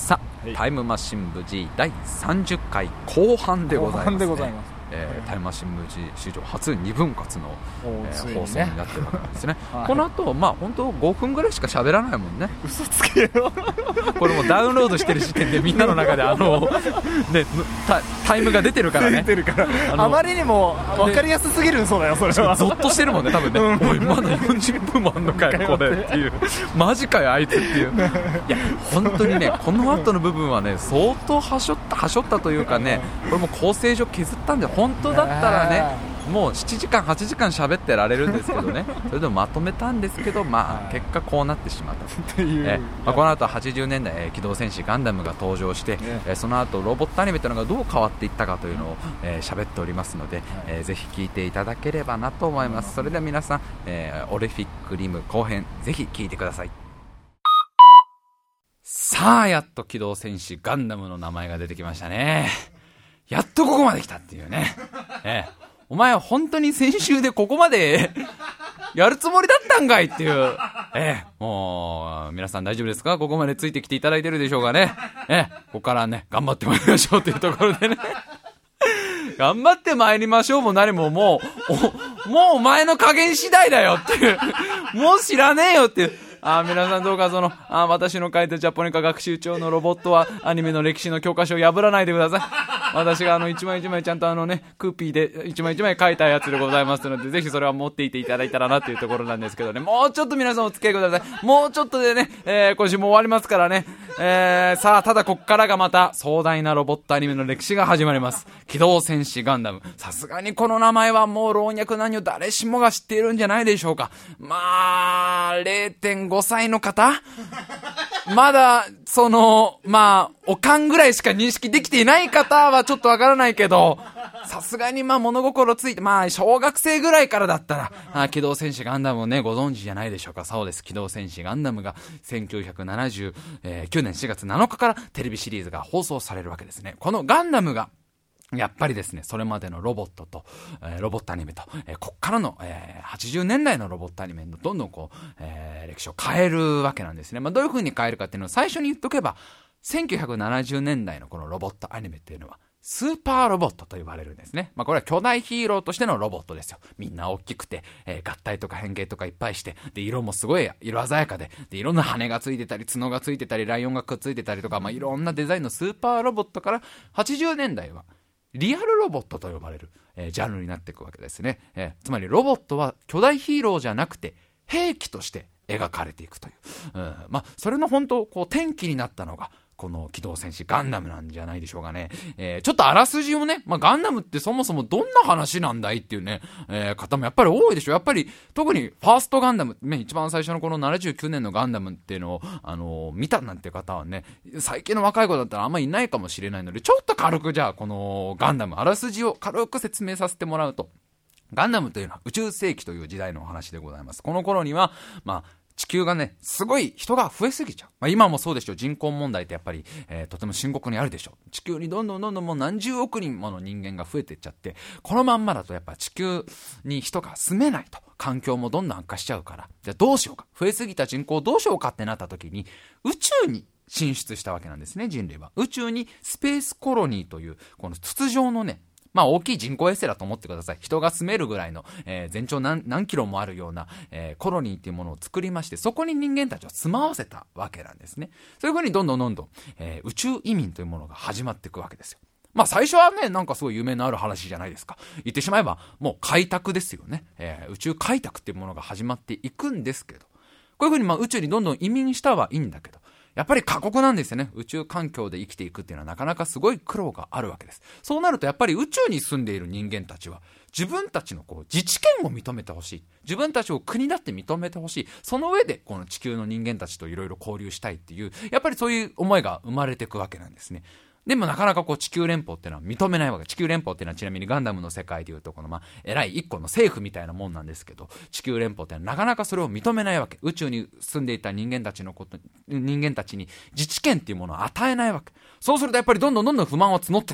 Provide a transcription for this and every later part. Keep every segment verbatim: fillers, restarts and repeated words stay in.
さあ、はい、タイムマシン部 G だいさんじゅっかい後半でございます、ね、 後半でございます、 えー、タイムマシン部 G 史上初にぶん割の、えーね、放送になってるわけですね、はい、この後、まあ本当ごふんぐらいしか喋らないもんね。 嘘つけよこれもダウンロードしてる時点でみんなの中であの、ね、タ, タイムが出てるからね。 出てるから あ, あまりにも分かりやすすぎるんそうだよそれは。 ゾッとしてるもんね多分ね、うん、おいまだよんじゅっぷんもあんのかよこれっていうマジかよあいつっていういや本当にねこの後の部分はね相当はしょったはしょったというかね、これも構成上削ったんで本当だったらねもうしちじかんはちじかん喋ってられるんですけどねそれでもまとめたんですけど、まあ、結果こうなってしまったという、え、まあ、この後はちじゅうねんだい、えー、機動戦士ガンダムが登場して、えー、その後ロボットアニメというのがどう変わっていったかというのをえー、喋っておりますので、えー、ぜひ聞いていただければなと思います。それでは皆さん、えー、オレフィックリム後編ぜひ聞いてください。さあやっと機動戦士ガンダムの名前が出てきましたね。やっとここまで来たっていうね、えーお前は本当に先週でここまでやるつもりだったんかいっていう、ええ、もう皆さん大丈夫ですか？ここまでついてきていただいてるでしょうかね。ええ、ここからね頑張ってまいりましょうというところでね頑張ってまいりましょうも何ももうもうお前の加減次第だよっていうもう知らねえよっていう。あ皆さんどうかそのあ私の書いたジャポニカ学習帳のロボットはアニメの歴史の教科書を破らないでください。私があの一枚一枚ちゃんとあのねクーピーで一枚一枚書いたやつでございますのでぜひそれは持っていていただいたらなというところなんですけどね、もうちょっと皆さんお付き合いください。もうちょっとでね、えー、今週も終わりますからね、えー、さあただこっからがまた壮大なロボットアニメの歴史が始まります。機動戦士ガンダム、さすがにこの名前はもう老若男女誰しもが知っているんじゃないでしょうか。まあ れいてんごさいの方まだそのまあおかんぐらいしか認識できていない方はちょっとわからないけど、さすがにまあ物心ついてまあ小学生ぐらいからだったらあ機動戦士ガンダムをねご存知じゃないでしょうか。そうです、機動戦士ガンダムがせんきゅうひゃくななじゅうきゅうねんしがつなのかからテレビシリーズが放送されるわけですね。このガンダムがやっぱりですねそれまでのロボットと、えー、ロボットアニメと、えー、こっからの、えー、はちじゅうねんだいのロボットアニメのどんどんこう、えー、歴史を変えるわけなんですね。まあ、どういう風に変えるかっていうのを最初に言っとけばせんきゅうひゃくななじゅうねんだいのこのロボットアニメっていうのはスーパーロボットと呼ばれるんですね。まあこれは巨大ヒーローとしてのロボットですよ。みんな大きくて、えー、合体とか変形とかいっぱいして、で色もすごい色鮮やかで、でいろんな羽がついてたり角がついてたりライオンがくっついてたりとか、まあいろんなデザインのスーパーロボットからはちじゅうねんだいはリアルロボットと呼ばれる、えー、ジャンルになっていくわけですね、えー、つまりロボットは巨大ヒーローじゃなくて兵器として描かれていくという、うん、まあそれの本当こう転機になったのがこの機動戦士ガンダムなんじゃないでしょうかね。えー、ちょっとあらすじをね、まあ、ガンダムってそもそもどんな話なんだいっていうね、えー、方もやっぱり多いでしょ。やっぱり特にファーストガンダム、ね、一番最初のこのななじゅうきゅうねんのガンダムっていうのを、あのー、見たなんて方はね、最近の若い子だったらあんまりいないかもしれないので、ちょっと軽くじゃあこのガンダムあらすじを軽く説明させてもらうと、ガンダムというのは宇宙世紀という時代のお話でございます。この頃には、まあ地球がねすごい人が増えすぎちゃう、まあ、今もそうでしょう。人口問題ってやっぱり、えー、とても深刻にあるでしょう。地球にどんどんどんどんもう何十億人もの人間が増えていっちゃって、このまんまだとやっぱ地球に人が住めないと、環境もどんどん悪化しちゃうから、じゃあどうしようか、増えすぎた人口をどうしようかってなった時に宇宙に進出したわけなんですね。人類は宇宙にスペースコロニーというこの筒状のね、まあ大きい人工衛星だと思ってください。人が住めるぐらいの、えー、全長 何, 何キロもあるような、えー、コロニーっていうものを作りまして、そこに人間たちを住まわせたわけなんですね。そういう風にどんどんどんどん、えー、宇宙移民というものが始まっていくわけですよ。まあ最初はねなんかすごい夢のある話じゃないですか。言ってしまえばもう開拓ですよね、えー、宇宙開拓っていうものが始まっていくんですけど、こういう風にまあ宇宙にどんどん移民したはいいんだけど、やっぱり過酷なんですよね。宇宙環境で生きていくっていうのはなかなかすごい苦労があるわけです。そうなるとやっぱり宇宙に住んでいる人間たちは自分たちのこう自治権を認めてほしい、自分たちを国だって認めてほしい、その上でこの地球の人間たちといろいろ交流したいっていう、やっぱりそういう思いが生まれていくわけなんですね。でもなかなかこう地球連邦っていうのは認めないわけ。地球連邦っていうのはちなみにガンダムの世界でいうとこのまあ偉い一個の政府みたいなもんなんですけど、地球連邦っていうのはなかなかそれを認めないわけ。宇宙に住んでいた人間たちのこと人間たちに自治権っていうものを与えないわけ。そうするとやっぱりどんどんどんどん不満は募っていくわけ。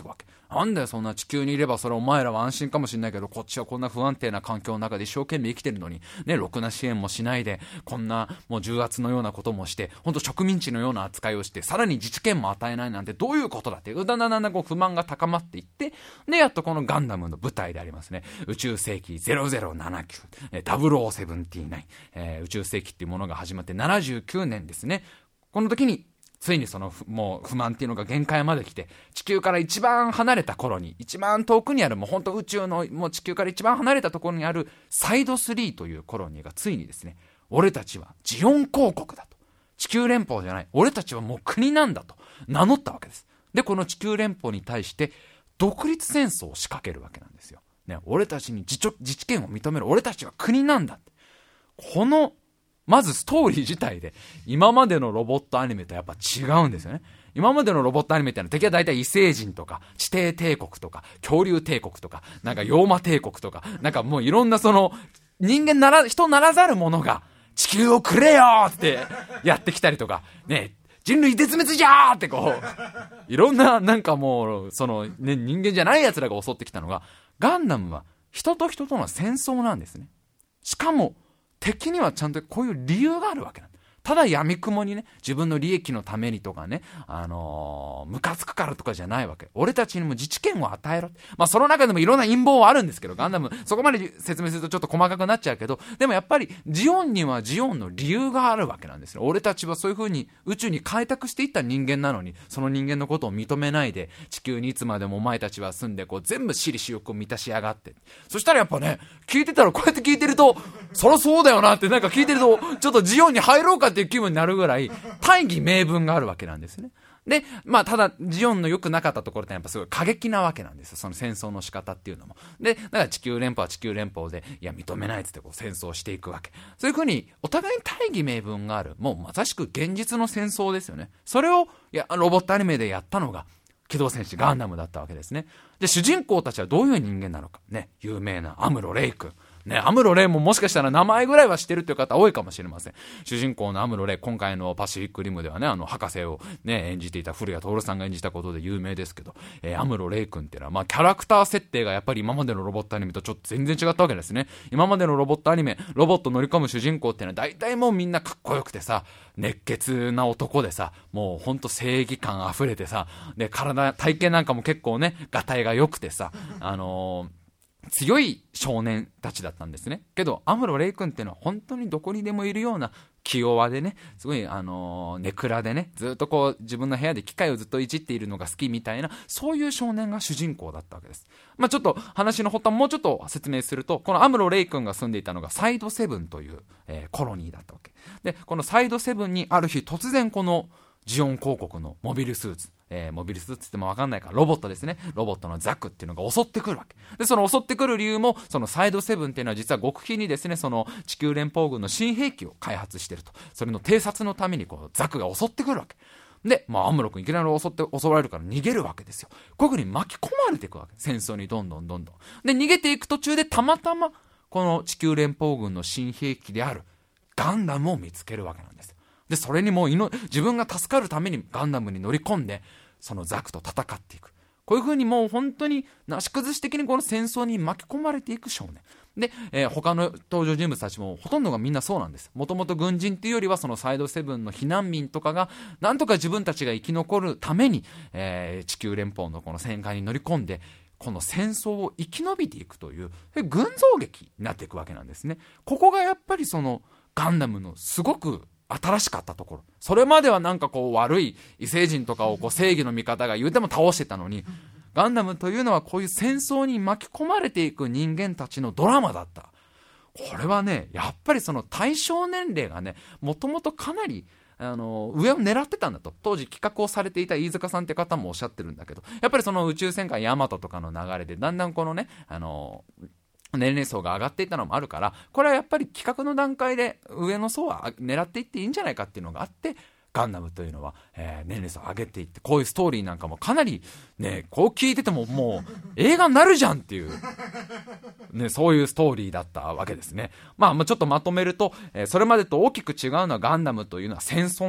なんだよそんな地球にいればそれお前らは安心かもしれないけど、こっちはこんな不安定な環境の中で一生懸命生きてるのにね、ろくな支援もしないで、こんなもう重圧のようなこともして、本当植民地のような扱いをして、さらに自治権も与えないなんてどういうことだって、だんだんだんだんこう不満が高まっていって、でやっとこのガンダムの舞台でありますね、宇宙世紀ゼロゼロななきゅう、ダブルオーセブンティーナイン、えー、宇宙世紀っていうものが始まってななじゅうきゅうねんですね。この時についにそのもう不満っていうのが限界まで来て、地球から一番離れた頃に、一番遠くにある、もう本当宇宙のもう地球から一番離れたところにあるサイドスリーというコロニーがついにですね、俺たちはジオン公国だと、地球連邦じゃない、俺たちはもう国なんだと名乗ったわけです。でこの地球連邦に対して独立戦争を仕掛けるわけなんですよ、ね、俺たちに 自, 自治権を認める、俺たちは国なんだって。このまずストーリー自体で今までのロボットアニメとやっぱ違うんですよね。今までのロボットアニメってのは敵は大体異星人とか地底帝国とか恐竜帝国とかなんか妖魔帝国とかなんかもういろんなその人間なら人ならざるものが地球をくれよってやってきたりとかね、人類絶滅じゃーってこういろんななんかもうその、ね、人間じゃない奴らが襲ってきたのが、ガンダムは人と人との戦争なんですね。しかも敵にはちゃんとこういう理由があるわけなんだ。ただ闇雲にね、自分の利益のためにとかね、あのー、ムカつくからとかじゃないわけ。俺たちにも自治権を与えろ。まあその中でもいろんな陰謀はあるんですけど、ガンダムそこまで説明するとちょっと細かくなっちゃうけど、でもやっぱりジオンにはジオンの理由があるわけなんですよ。俺たちはそういう風に宇宙に開拓していった人間なのに、その人間のことを認めないで地球にいつまでもお前たちは住んでこう全部私利私欲を満たしやがって。そしたらやっぱね、聞いてたらこうやって聞いてると、そりゃそうだよなってなんか聞いてるとちょっとジオンに入ろうかっていう気分になるぐらい大義名分があるわけなんですね。で、まあただジオンの良くなかったところってやっぱすごい過激なわけなんですよ。その戦争の仕方っていうのも。で、だから地球連邦は地球連邦でいや認めないっつってこう戦争していくわけ。そういう風にお互いに大義名分がある、もうまさしく現実の戦争ですよね。それをいやロボットアニメでやったのが機動戦士ガンダムだったわけですね。で、主人公たちはどういう人間なのかね、有名なアムロレイ君ね、アムロレイももしかしたら名前ぐらいは知ってるという方多いかもしれません。主人公のアムロレイ、今回のパシフィックリムではね、あの博士をね演じていた古谷徹さんが演じたことで有名ですけど、えー、アムロレイ君っていうのはまあキャラクター設定がやっぱり今までのロボットアニメとちょっと全然違ったわけですね。今までのロボットアニメ、ロボット乗り込む主人公っていうのは大体もうみんなかっこよくてさ、熱血な男でさ、もうほんと正義感溢れてさ、で体体型なんかも結構ねガタイが良くてさ、あのー強い少年たちだったんですね。けどアムロレイ君っていうのは本当にどこにでもいるような気弱でね、すごいあのネクラでね、ずっとこう自分の部屋で機械をずっといじっているのが好きみたいな、そういう少年が主人公だったわけです。まあちょっと話の発端もうちょっと説明すると、このアムロレイ君が住んでいたのがサイドセブンという、えー、コロニーだったわけで、このサイドセブンにある日突然このジオン公国のモビルスーツ、えー、モビルスーツって言っても分かんないからロボットですね、ロボットのザクっていうのが襲ってくるわけで、その襲ってくる理由もそのサイドセブンっていうのは実は極秘にですね、その地球連邦軍の新兵器を開発していると、それの偵察のためにこうザクが襲ってくるわけで、まあアムロ君いきなり襲って襲われるから逃げるわけですよ。こういう風に巻き込まれていくわけ、戦争にどんどんどんどんで逃げていく途中でたまたまこの地球連邦軍の新兵器であるガンダムを見つけるわけなんです。でそれにもういの自分が助かるためにガンダムに乗り込んでそのザクと戦っていく、こういう風にもう本当になし崩し的にこの戦争に巻き込まれていく少年で、えー、他の登場人物たちもほとんどがみんなそうなんです。もともと軍人っていうよりはそのサイドセブンの避難民とかがなんとか自分たちが生き残るために、えー、地球連邦のこの戦艦に乗り込んでこの戦争を生き延びていくという群像劇になっていくわけなんですね。ここがやっぱりそのガンダムのすごく新しかったところ。それまではなんかこう悪い異星人とかをこう正義の味方が言うても倒してたのに、ガンダムというのはこういう戦争に巻き込まれていく人間たちのドラマだった。これはねやっぱりその対象年齢がねもともとかなりあの上を狙ってたんだと当時企画をされていた飯塚さんって方もおっしゃってるんだけど、やっぱりその宇宙戦艦ヤマトとかの流れでだんだんこのねあの年齢層が上がっていったのもあるから、これはやっぱり企画の段階で上の層は狙っていっていいんじゃないかっていうのがあって、ガンダムというのは、えー、年齢層を上げていって、こういうストーリーなんかもかなりねこう聞いててももう映画になるじゃんっていうね、そういうストーリーだったわけですね。まあ、まあちょっとまとめると、えー、それまでと大きく違うのはガンダムというのは戦争なんだ。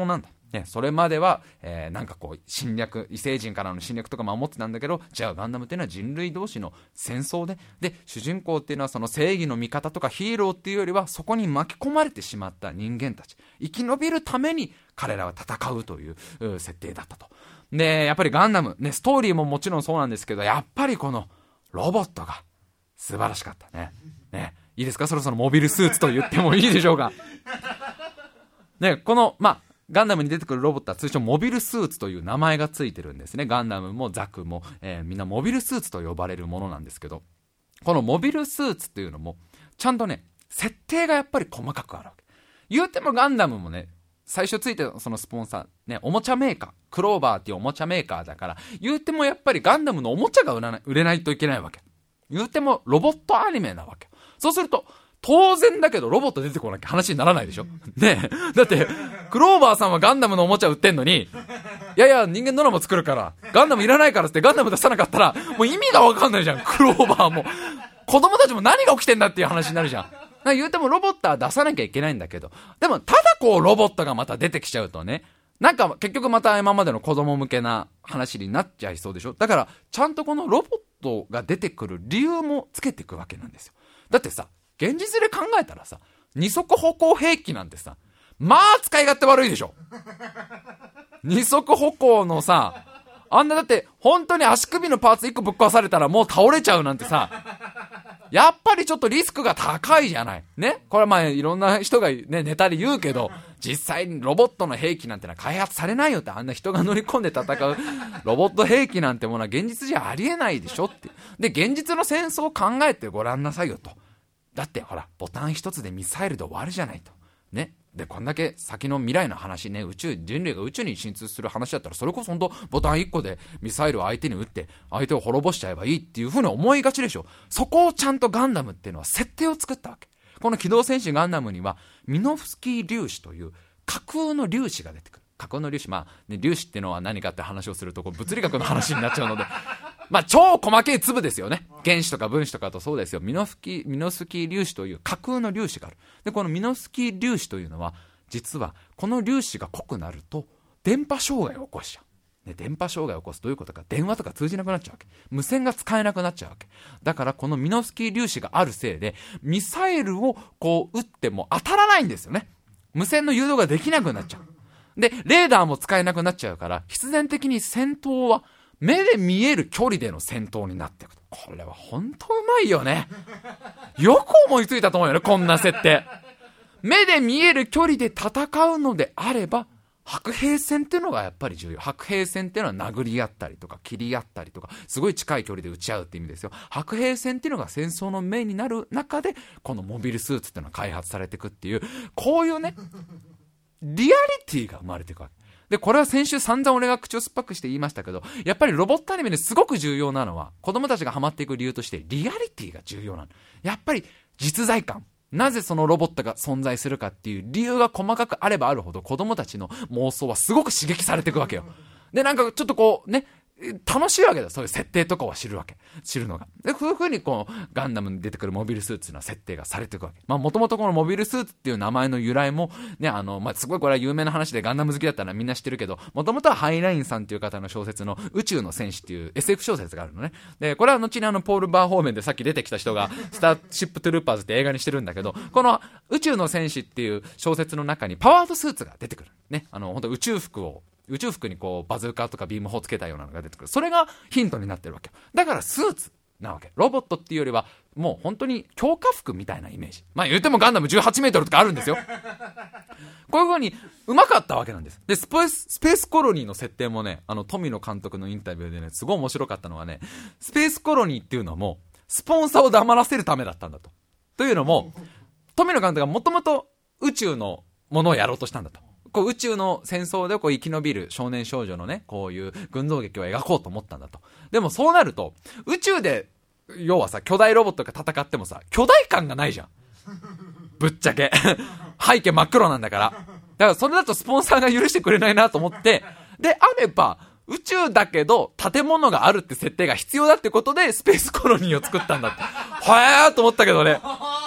ね、それまでは、えー、なんかこう侵略、異星人からの侵略とか守ってたんだけど、じゃあガンダムっていうのは人類同士の戦争で、で主人公っていうのはその正義の味方とかヒーローっていうよりはそこに巻き込まれてしまった人間たち、生き延びるために彼らは戦うという設定だったと。でやっぱりガンダム、ね、ストーリーももちろんそうなんですけど、やっぱりこのロボットが素晴らしかったね。ね、いいですか、そろそろモビルスーツと言ってもいいでしょうか。ね、このまあガンダムに出てくるロボットは通称モビルスーツという名前がついてるんですね。ガンダムもザクも、えー、みんなモビルスーツと呼ばれるものなんですけど、このモビルスーツっていうのもちゃんとね設定がやっぱり細かくあるわけ。言うてもガンダムもね、最初ついてるそのスポンサーね、おもちゃメーカー、クローバーっていうおもちゃメーカーだから、言うてもやっぱりガンダムのおもちゃが売らない、売れないといけないわけ。言うてもロボットアニメなわけ。そうすると当然だけどロボット出てこなきゃ話にならないでしょ。ねえ、だってクローバーさんはガンダムのおもちゃ売ってんのに、いやいや人間ドラマ作るからガンダムいらないからってガンダム出さなかったらもう意味がわかんないじゃん。クローバーも子供たちも何が起きてんだっていう話になるじゃん。言うてもロボットは出さなきゃいけないんだけど、でもただこうロボットがまた出てきちゃうとね、なんか結局また今までの子供向けな話になっちゃいそうでしょ。だからちゃんとこのロボットが出てくる理由もつけていくわけなんですよ。だってさ、現実で考えたらさ、二足歩行兵器なんてさ、まあ使い勝手悪いでしょ。二足歩行のさ、あんなだって本当に足首のパーツ一個ぶっ壊されたらもう倒れちゃうなんてさ、やっぱりちょっとリスクが高いじゃないね。これはまあいろんな人がねネタで言うけど、実際にロボットの兵器なんてのは開発されないよって。あんな人が乗り込んで戦うロボット兵器なんてものは現実じゃありえないでしょって。で現実の戦争を考えてごらんなさいよと。だってほらボタン一つでミサイルで終わるじゃないとね。でこんだけ先の未来の話ね、宇宙人類が宇宙に進出する話だったら、それこそ本当ボタン一個でミサイルを相手に撃って相手を滅ぼしちゃえばいいっていう風に思いがちでしょ。そこをちゃんとガンダムっていうのは設定を作ったわけ。この機動戦士ガンダムにはミノフスキー粒子という架空の粒子が出てくる。架空の粒子、まあ、ね、粒子っていうのは何かって話をするとこう物理学の話になっちゃうのでまあ超細けい粒ですよね。原子とか分子とかとそうですよ。ミノフキミノスキー粒子という架空の粒子がある。でこのミノスキー粒子というのは実はこの粒子が濃くなると電波障害を起こしちゃう、ね、電波障害を起こす。どういうことか、電話とか通じなくなっちゃうわけ。無線が使えなくなっちゃうわけだから、このミノスキー粒子があるせいでミサイルをこう撃っても当たらないんですよね。無線の誘導ができなくなっちゃう。でレーダーも使えなくなっちゃうから、必然的に戦闘は目で見える距離での戦闘になっていく。これは本当うまいよね。よく思いついたと思うよね、こんな設定。目で見える距離で戦うのであれば、白兵戦っていうのがやっぱり重要。白兵戦っていうのは殴り合ったりとか切り合ったりとか、すごい近い距離で撃ち合うって意味ですよ。白兵戦っていうのが戦争のメインになる中で、このモビルスーツっていうのは開発されていくっていう、こういうねリアリティが生まれていくわけで、これは先週散々俺が口を酸っぱくして言いましたけど、やっぱりロボットアニメですごく重要なのは、子供たちがハマっていく理由としてリアリティが重要なの。やっぱり実在感、なぜそのロボットが存在するかっていう理由が細かくあればあるほど、子供たちの妄想はすごく刺激されていくわけよ。でなんかちょっとこうね、楽しいわけだ。そういう設定とかを知るわけ。知るのが。で、こういう風にこう、ガンダムに出てくるモビルスーツの設定がされていくわけ。まあ、もともとこのモビルスーツっていう名前の由来も、ね、あの、まあ、すごいこれは有名な話でガンダム好きだったらみんな知ってるけど、もともとはハイラインさんっていう方の小説の宇宙の戦士っていう エスエフ 小説があるのね。で、これは後にあの、ポール・バーホーメンでさっき出てきた人が、スターシップ・トゥルーパーズって映画にしてるんだけど、この宇宙の戦士っていう小説の中にパワードスーツが出てくる。ね、あの、本当宇宙服を、宇宙服にこうバズーカとかビーム砲つけたようなのが出てくる。それがヒントになってるわけよ。だからスーツなわけ。ロボットっていうよりはもう本当に強化服みたいなイメージ。まあ言ってもガンダムじゅうはちメートルとかあるんですよ。こういう風にうまかったわけなんです。でスペーススペースコロニーの設定もね、あの富野監督のインタビューでね、すごい面白かったのはね、スペースコロニーっていうのもスポンサーを黙らせるためだったんだと。というのも富野監督がもともと宇宙のものをやろうとしたんだと。こう宇宙の戦争でこう生き延びる少年少女のね、こういう群像劇を描こうと思ったんだと。でもそうなると宇宙で要はさ、巨大ロボットが戦ってもさ、巨大感がないじゃん。ぶっちゃけ背景真っ黒なんだから。だからそれだとスポンサーが許してくれないなと思って、であれば宇宙だけど建物があるって設定が必要だってことでスペースコロニーを作ったんだって。はやーと思ったけどね。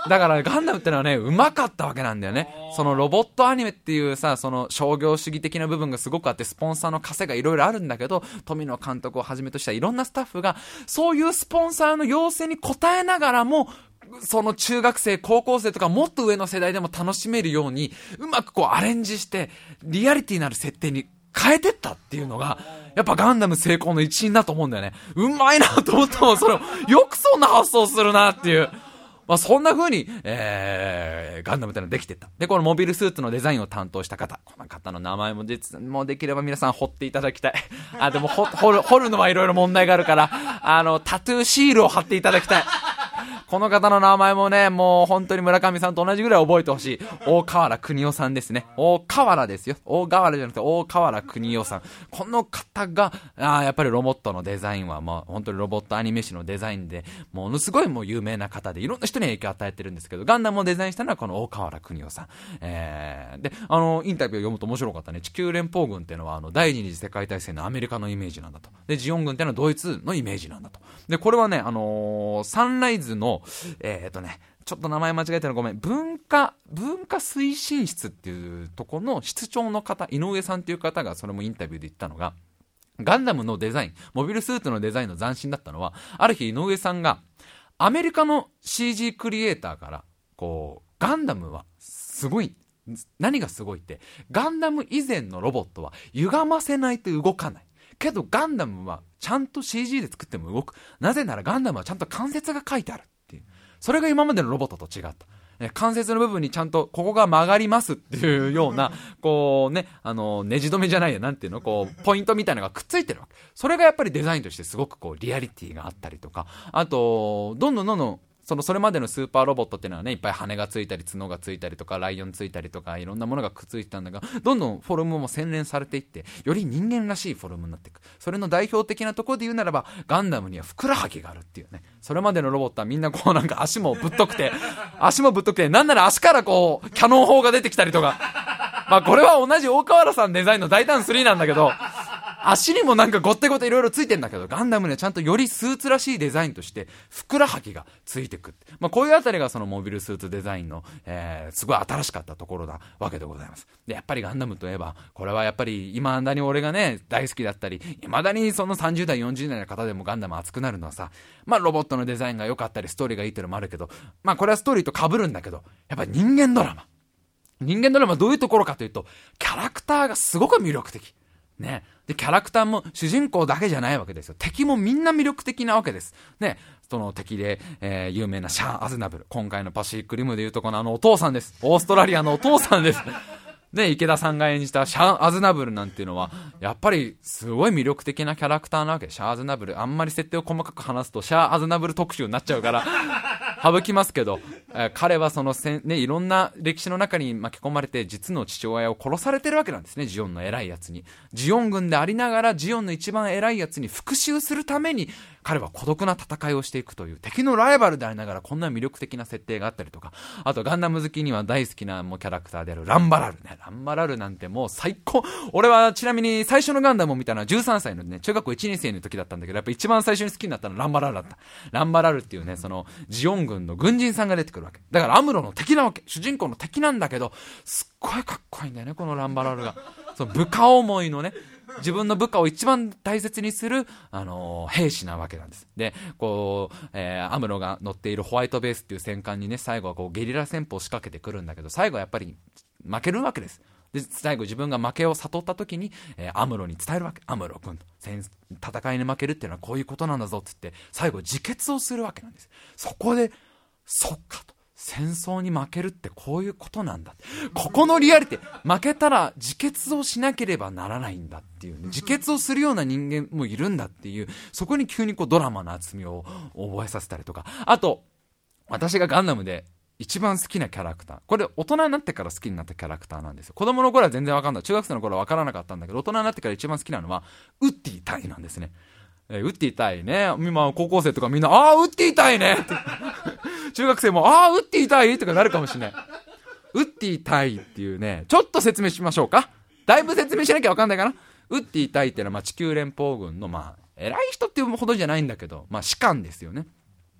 だからガンダムってのはね、うまかったわけなんだよね。そのロボットアニメっていうさ、その商業主義的な部分がすごくあって、スポンサーの稼がいろいろあるんだけど、富野監督をはじめとしたいろんなスタッフが、そういうスポンサーの要請に応えながらも、その中学生、高校生とかもっと上の世代でも楽しめるように、うまくこうアレンジして、リアリティのある設定に変えてったっていうのが、やっぱガンダム成功の一因だと思うんだよね。うまいなと思ったもん、それを。よくそんな発想するなっていう。まあ、そんな風に、えー、ガンダムってのはできてた。で、このモビルスーツのデザインを担当した方。この方の名前も実、もうできれば皆さん掘っていただきたい。あ、でも掘、掘る、掘るのはいろいろ問題があるから、あの、タトゥーシールを貼っていただきたい。この方の名前もね、もう本当に村上さんと同じぐらい覚えてほしい。大河原邦夫さんですね。大河原ですよ。大河原じゃなくて大河原邦夫さん。この方が、あやっぱりロボットのデザインは、まあ本当にロボットアニメ誌のデザインで、ものすごいもう有名な方で、いろんな人に影響を与えてるんですけど、ガンダムをデザインしたのはこの大河原邦夫さん。えー、で、あの、インタビューを読むと面白かったね。地球連邦軍っていうのは、あの、第二次世界大戦のアメリカのイメージなんだと。で、ジオン軍っていうのはドイツのイメージなんだと。で、これはね、あのー、サンライズの、えーとね、ちょっと名前間違えたらごめん。文化、文化推進室っていうとこの室長の方、井上さんっていう方がそれもインタビューで言ったのが、ガンダムのデザイン、モビルスーツのデザインの斬新だったのは、ある日井上さんが、アメリカの シージー クリエイターから、こう、ガンダムはすごい。何がすごいって、ガンダム以前のロボットは歪ませないと動かない。けどガンダムはちゃんと シージー で作っても動く。なぜならガンダムはちゃんと関節が書いてあるっていう。それが今までのロボットと違った。関節の部分にちゃんとここが曲がりますっていうような、こうね、あの、ネジ止めじゃないや、なんていうの、こう、ポイントみたいなのがくっついてるわけ。それがやっぱりデザインとしてすごくこう、リアリティがあったりとか、あと、どんどんどんどん、そのそれまでのスーパーロボットっていうのはね、いっぱい羽がついたり角がついたりとかライオンついたりとかいろんなものがくっついてたんだが、どんどんフォルムも洗練されていってより人間らしいフォルムになっていく。それの代表的なところで言うならば、ガンダムにはふくらはぎがあるっていうね。それまでのロボットはみんなこうなんか足もぶっとくて足もぶっとくて、なんなら足からこうキャノン砲が出てきたりとか、まあこれは同じ大河原さんデザインの大胆スリーなんだけど、足にもなんかごってごっていろいろついてんだけど、ガンダムにはちゃんとよりスーツらしいデザインとしてふくらはぎがついてくって、まあ、こういうあたりがそのモビルスーツデザインの、えー、すごい新しかったところだわけでございます。でやっぱりガンダムといえば、これはやっぱり今だに俺がね大好きだったり、未だにそのさんじゅう代よんじゅう代の方でもガンダム熱くなるのはさ、まあロボットのデザインが良かったりストーリーがいいっていうのもあるけど、まあこれはストーリーと被るんだけど、やっぱり人間ドラマ人間ドラマはどういうところかというと、キャラクターがすごく魅力的ね。でキャラクターも主人公だけじゃないわけですよ。敵もみんな魅力的なわけですね。その敵で、えー、有名なシャア・アズナブル、今回のパシフィックリムでいうとこのあのお父さんです。オーストラリアのお父さんですね。池田さんが演じたシャア・アズナブルなんていうのはやっぱりすごい魅力的なキャラクターなわけ。シャア・アズナブル、あんまり設定を細かく話すとシャア・アズナブル特集になっちゃうから省きますけど、えー、彼はそのせん、ね、いろんな歴史の中に巻き込まれて実の父親を殺されてるわけなんですね。ジオンの偉いやつに、ジオン軍でありながらジオンの一番偉いやつに復讐するために彼は孤独な戦いをしていくという、敵のライバルでありながらこんな魅力的な設定があったりとか、あとガンダム好きには大好きなもうキャラクターであるランバラルね。ランバラルなんてもう最高。俺はちなみに最初のガンダムを見たのはじゅうさんさいのね、中学校いちねん生の時だったんだけど、やっぱ一番最初に好きになったのはランバラルだった。ランバラルっていうね、そのジオン軍の軍人さんが出てくるわけだから、アムロの敵なわけ。主人公の敵なんだけど、すっごいかっこいいんだよね、このランバラルが。その部下思いのね、自分の部下を一番大切にする、あのー、兵士なわけなんです。で、こう、えー、アムロが乗っているホワイトベースっていう戦艦にね、最後はこうゲリラ戦法を仕掛けてくるんだけど、最後はやっぱり負けるわけです。で、最後自分が負けを悟った時に、えー、アムロに伝えるわけ。アムロ君と戦いに負けるっていうのはこういうことなんだぞって言って、最後自決をするわけなんです。そこで、そっかと。戦争に負けるってこういうことなんだ。ここのリアリティ、負けたら自決をしなければならないんだっていう、ね、自決をするような人間もいるんだっていう、そこに急にこうドラマの厚みを覚えさせたりとか、あと私がガンダムで一番好きなキャラクター、これ大人になってから好きになったキャラクターなんですよ。子供の頃は全然わかんない、中学生の頃はわからなかったんだけど、大人になってから一番好きなのはウッディ隊なんですね。えー、ウッディ隊ね、今高校生とかみんなあーウッディ隊ねって中学生もあーウッディ隊とかなるかもしれない。ウッディ隊っていうね、ちょっと説明しましょうか。だいぶ説明しなきゃわかんないかな。ウッディ隊っていうのはまあ地球連邦軍のまあ偉い人っていうほどじゃないんだけど、まあ士官ですよね。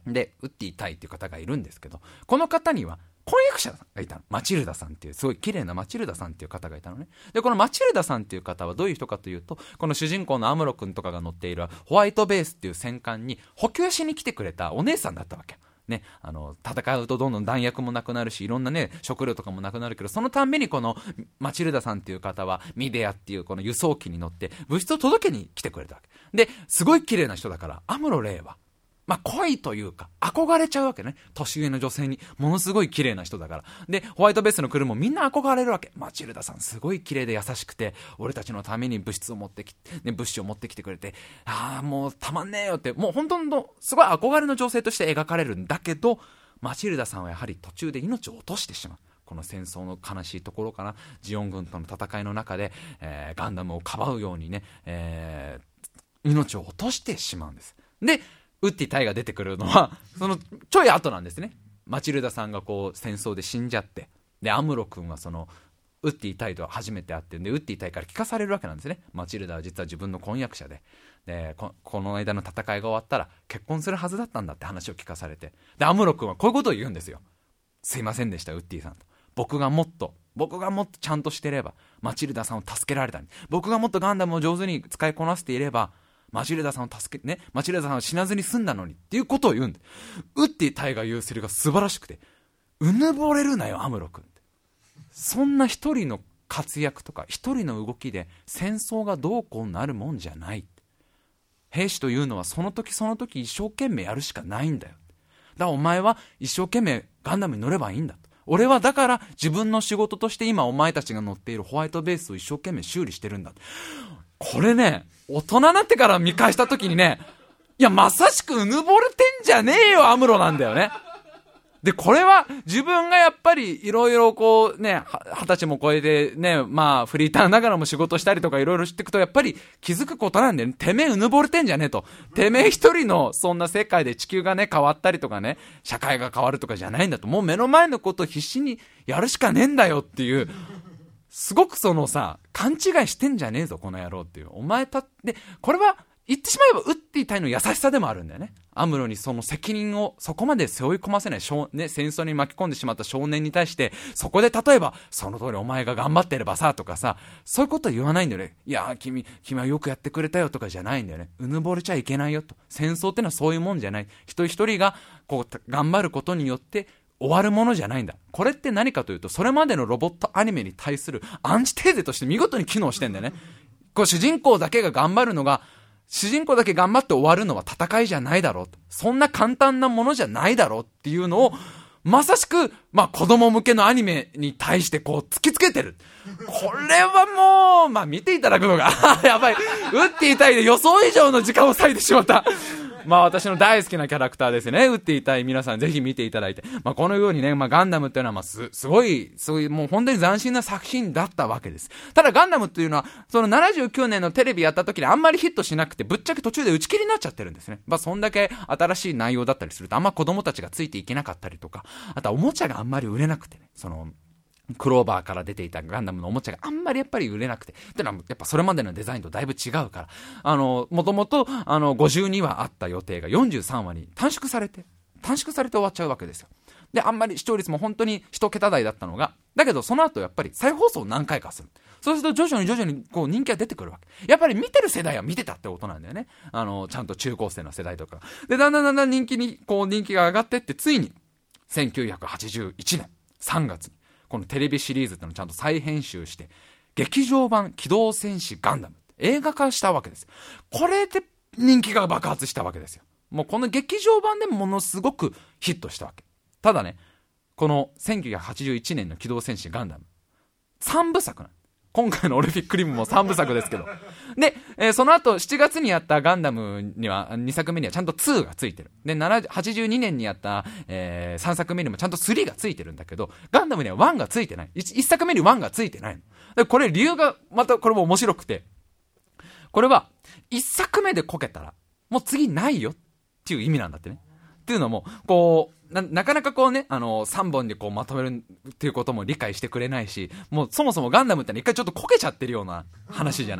でウッディ対っていう方がいるんですけど、この方には婚約者がいたの。マチルダさんっていう、すごい綺麗なマチルダさんっていう方がいたのね。でこのマチルダさんっていう方はどういう人かというと、この主人公のアムロ君とかが乗っているホワイトベースっていう戦艦に補給しに来てくれたお姉さんだったわけね。あの戦うとどんどん弾薬もなくなるし、いろんなね食料とかもなくなるけど、そのたんびにこのマチルダさんっていう方はミデアっていうこの輸送機に乗って物質を届けに来てくれたわけですごい綺麗な人だから、アムロレイはまあ、恋というか憧れちゃうわけね。年上の女性にものすごい綺麗な人だから。でホワイトベースのクルーもみんな憧れるわけ。マチルダさんすごい綺麗で優しくて、俺たちのために物質を持ってきて、ね、物資を持ってきてくれて、ああもうたまんねえよって、もう本当のすごい憧れの女性として描かれるんだけど、マチルダさんはやはり途中で命を落としてしまう。この戦争の悲しいところかな、ジオン軍との戦いの中で、えー、ガンダムをかばうようにね、えー、命を落としてしまうんです。でウッディ対が出てくるのはそのちょい後なんですね。マチルダさんがこう戦争で死んじゃって、でアムロ君はそのウッディ対と初めて会って、でウッディ対から聞かされるわけなんですね。マチルダは実は自分の婚約者で、で こ, この間の戦いが終わったら結婚するはずだったんだって話を聞かされて、でアムロ君はこういうことを言うんですよ。すいませんでしたウッディさんと、僕がもっと僕がもっとちゃんとしてればマチルダさんを助けられたのに、僕がもっとガンダムを上手に使いこなせていればマチルダさんを助けね、マチルダさんは死なずに済んだのにっていうことを言うんで、ウッディ対が言うセリフが素晴らしくて、うぬぼれるなよアムロ君って。そんな一人の活躍とか一人の動きで戦争がどうこうなるもんじゃない。兵士というのはその時その時一生懸命やるしかないんだよ。だからお前は一生懸命ガンダムに乗ればいいんだと。俺はだから自分の仕事として今お前たちが乗っているホワイトベースを一生懸命修理してるんだ。これね、大人になってから見返した時にね、いやまさしくうぬぼれてんじゃねえよアムロなんだよね。でこれは自分がやっぱりいろいろこうね、二十歳も超えてね、まあフリーターながらも仕事したりとかいろいろしていくとやっぱり気づくことなんだよね。てめえうぬぼれてんじゃねえと。てめえ一人のそんな世界で地球がね変わったりとかね、社会が変わるとかじゃないんだと。もう目の前のことを必死にやるしかねえんだよっていう。すごくそのさ、勘違いしてんじゃねえぞこの野郎っていう。お前たってこれは言ってしまえばウッディ対の優しさでもあるんだよね。アムロにその責任をそこまで背負い込ませない、ね、戦争に巻き込んでしまった少年に対してそこで例えばその通りお前が頑張ってればさとかさ、そういうことは言わないんだよね。いや君君はよくやってくれたよとかじゃないんだよね。うぬぼれちゃいけないよと。戦争ってのはそういうもんじゃない。一人一人がこう頑張ることによって終わるものじゃないんだ。これって何かというと、それまでのロボットアニメに対するアンチテーゼとして見事に機能してんだよね。こう主人公だけが頑張るのが主人公だけ頑張って終わるのは戦いじゃないだろう。そんな簡単なものじゃないだろうっていうのをまさしく、まあ子供向けのアニメに対してこう突きつけてる。これはもう、まあ見ていただくのが、やばい。打っていたいで予想以上の時間を割いてしまった。まあ私の大好きなキャラクターですね。打っていたい皆さんぜひ見ていただいて。まあこのようにね、まあガンダムっていうのはまあす、すごい、そういうもう本当に斬新な作品だったわけです。ただガンダムっていうのは、そのななじゅうきゅうねんのテレビやった時にあんまりヒットしなくて、ぶっちゃけ途中で打ち切りになっちゃってるんですね。まあそんだけ新しい内容だったりすると、あんま子供たちがついていけなかったりとか、あとはおもちゃがあんまり売れなくてね、その、クローバーから出ていたガンダムのおもちゃがあんまりやっぱり売れなくて、ってのはやっぱそれまでのデザインとだいぶ違うから、あのもともとあのごじゅうにわあった予定がよんじゅうさんわに短縮されて短縮されて終わっちゃうわけですよ。であんまり視聴率も本当に一桁台だったのが、だけどその後やっぱり再放送を何回かする。そうすると徐々に徐々にこう人気が出てくるわけ。やっぱり見てる世代は見てたってことなんだよね。あのちゃんと中高生の世代とかでだんだんだんだん人気にこう人気が上がってって、ついにせんきゅうひゃくはちじゅういちねんさんがつにこのテレビシリーズってのをちゃんと再編集して劇場版機動戦士ガンダム映画化したわけです。これで人気が爆発したわけですよ。もうこの劇場版でものすごくヒットしたわけ。ただね、このせんきゅうひゃくはちじゅういちねんの機動戦士ガンダムさんぶさくなの。今回のオリンピックリムもさんぶさくですけどで、えー、その後しちがつにやったガンダムにはにさくめにはちゃんとにがついてる。ではちじゅうにねんにやった、えー、さんさくめにもちゃんとさんがついてるんだけど、ガンダムにはいちがついてない。 1, いっさくめにいちがついてないの。でこれ理由がまたこれも面白くて、これはいっさくめでこけたらもう次ないよっていう意味なんだってね。っていうのもこう な, なかなかこうね、あのさんぼんでこうまとめるっていうことも理解してくれないし、もうそもそもガンダムって一回ちょっとこけちゃってるような話じゃない。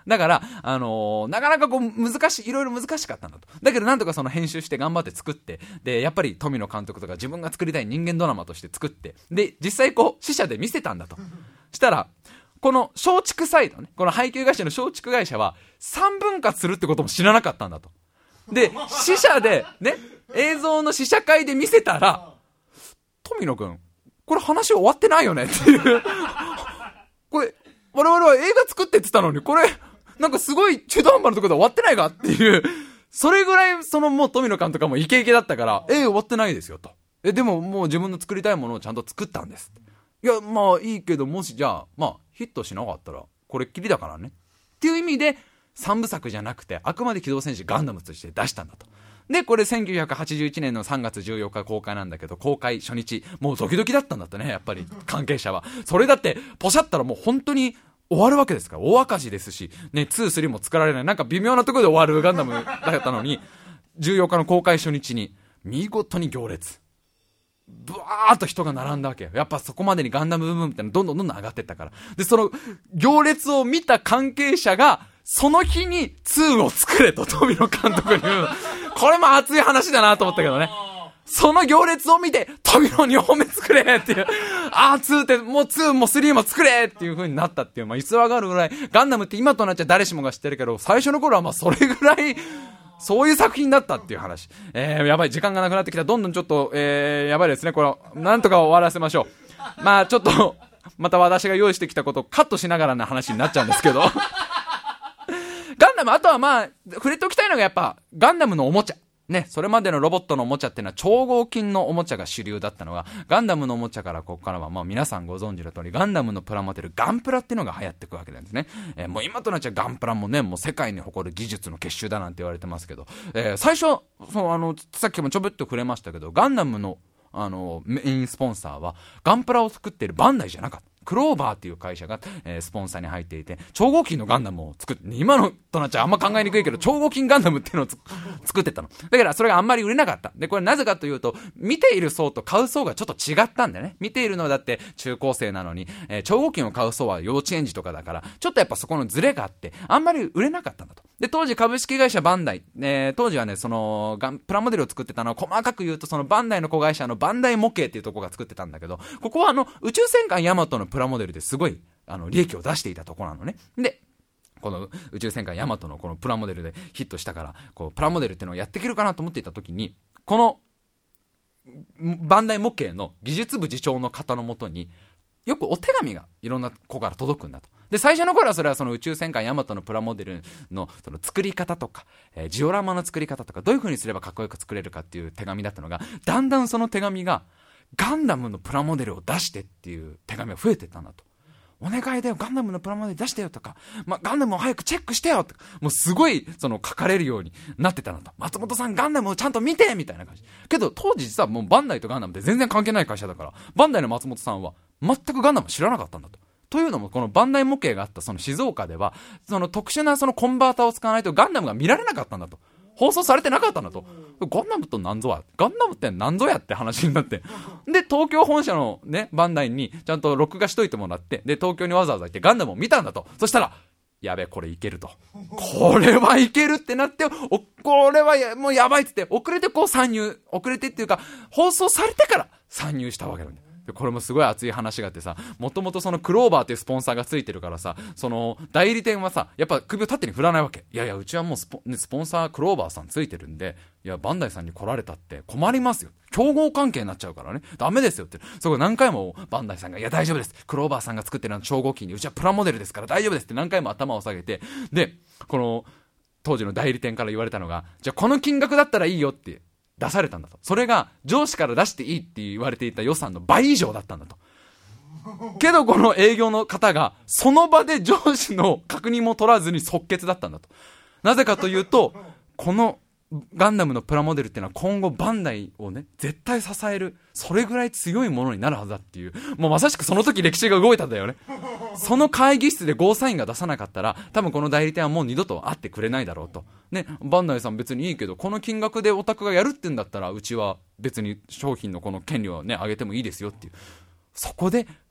だから、あのー、なかなかこう難しい、いろいろ難しかったんだと。だけどなんとかその編集して頑張って作って、で、やっぱり富野監督とか自分が作りたい人間ドラマとして作って、で、実際こう、試写で見せたんだと。したら、この松竹サイドね、この配給会社の松竹会社はさんぶん割するってことも知らなかったんだと。で、試写で、ね、映像の試写会で見せたら、富野くん、これ話終わってないよねっていう。これ、我々は映画作ってって言ったのに、これ、なんかすごい中途半端なところで終わってないかっていう、それぐらいそのもう富野監督がもうイケイケだったから、えー、終わってないですよと。え、でももう自分の作りたいものをちゃんと作ったんです。いや、まあいいけど、もしじゃあ、まあヒットしなかったら、これっきりだからね。っていう意味で、三部作じゃなくて、あくまで機動戦士ガンダムとして出したんだと。で、これせんきゅうひゃくはちじゅういちねんのさんがつじゅうよっか公開なんだけど、公開初日、もうドキドキだったんだってね、やっぱり関係者は。それだって、ポシャったらもう本当に、終わるわけですから、大赤字ですし、ね、に、さんも作られない、なんか微妙なところで終わるガンダムだったのに、じゅうよっかの公開初日に、見事に行列。ブワーっと人が並んだわけよ。やっぱそこまでにガンダムブームみたいなのどんどんどんどん上がってったから。で、その行列を見た関係者が、その日ににを作れと、富野監督に言う。これも熱い話だなと思ったけどね。その行列を見て、富野にほんめ作れっていう。あー、にって、もうにもさんも作れっていう風になったっていう、まあ、逸話があるぐらい、ガンダムって今となっちゃ誰しもが知ってるけど、最初の頃はまあ、それぐらい、そういう作品だったっていう話。えー、やばい、時間がなくなってきた。どんどんちょっと、えー、やばいですね。これ、なんとか終わらせましょう。まあ、ちょっと、また私が用意してきたことをカットしながらの話になっちゃうんですけど。ガンダム、あとはまあ、触れておきたいのがやっぱ、ガンダムのおもちゃ。ね、それまでのロボットのおもちゃっていうのは超合金のおもちゃが主流だったのが、ガンダムのおもちゃからここからはまあ皆さんご存知の通り、ガンダムのプラモデル、ガンプラっていうのが流行っていくわけなんですね。えー、もう今となっちゃガンプラもね、もう世界に誇る技術の結集だなんて言われてますけど、えー、最初、そうあの、さっきもちょびっと触れましたけど、ガンダムのあの、メインスポンサーは、ガンプラを作っているバンダイじゃなかった。クローバーっていう会社が、えー、スポンサーに入っていて、超合金のガンダムを作って、今のとなっちゃあんま考えにくいけど、超合金ガンダムっていうのを作ってったの。だからそれがあんまり売れなかった。で、これなぜかというと、見ている層と買う層がちょっと違ったんだよね。見ているのだって中高生なのに、えー、超合金を買う層は幼稚園児とかだから、ちょっとやっぱそこのズレがあって、あんまり売れなかったんだと。で、当時株式会社バンダイ、えー、当時はね、その、ガン、プラモデルを作ってたのは、細かく言うとそのバンダイの子会社のバンダイ模型っていうところが作ってたんだけど、ここはあの、宇宙戦艦ヤマトのプラモデルですごい、あの、利益を出していたところなのね。で、この宇宙戦艦ヤマトのこのプラモデルでヒットしたから、こう、プラモデルっていうのをやっていけるかなと思っていた時に、この、バンダイ模型の技術部次長の方のもとに、よくお手紙がいろんな子から届くんだと。で、最初の頃はそれはその宇宙戦艦ヤマトのプラモデルのその作り方とか、えー、ジオラマの作り方とか、どういう風にすればかっこよく作れるかっていう手紙だったのが、だんだんその手紙が、ガンダムのプラモデルを出してっていう手紙が増えてったんだと。お願いだよ、ガンダムのプラモデル出してよとか、ま、ガンダムを早くチェックしてよとか、もうすごい、その、書かれるようになってたんだと。松本さん、ガンダムをちゃんと見てみたいな感じ。けど、当時実はもうバンダイとガンダムって全然関係ない会社だから、バンダイの松本さんは、全くガンダム知らなかったんだと。というのも、このバンダイ模型があったその静岡では、その特殊なそのコンバーターを使わないとガンダムが見られなかったんだと。放送されてなかったんだと。ガンダムと何ぞやガンダムって何ぞやって話になって。で、東京本社のね、バンダイにちゃんと録画しといてもらって、で、東京にわざわざ行ってガンダムを見たんだと。そしたら、やべ、これいけると。これはいけるってなって、お、これはやもうやばいっつって、遅れてこう参入、遅れてっていうか、放送されてから参入したわけなんだよ。でこれもすごい熱い話があってさ、もともとそのクローバーっていうスポンサーがついてるからさ、その代理店はさ、やっぱ首を縦に振らないわけ。いやいや、うちはもうスポ、ね、スポンサークローバーさんついてるんで、いやバンダイさんに来られたって困りますよ、競合関係になっちゃうからね、ダメですよって。そこ何回もバンダイさんが、いや大丈夫です、クローバーさんが作ってるのは超合金に、うちはプラモデルですから大丈夫ですって何回も頭を下げて、でこの当時の代理店から言われたのが、じゃあこの金額だったらいいよって出されたんだと。それが上司から出していいって言われていた予算の倍以上だったんだと。けどこの営業の方がその場で上司の確認も取らずに即決だったんだと。なぜかというと、このガンダムのプラモデルっていうのは今後バンダイをね絶対支える、それぐらい強いものになるはずだっていう、もうまさしくその時歴史が動いたんだよね。その会議室でゴーサインが出さなかったら、多分この代理店はもう二度と会ってくれないだろうとね。バンダイさん別にいいけど、この金額でオタクがやるって言うんだったら、うちは別に商品のこの権利をね上げてもいいですよっていう。そこで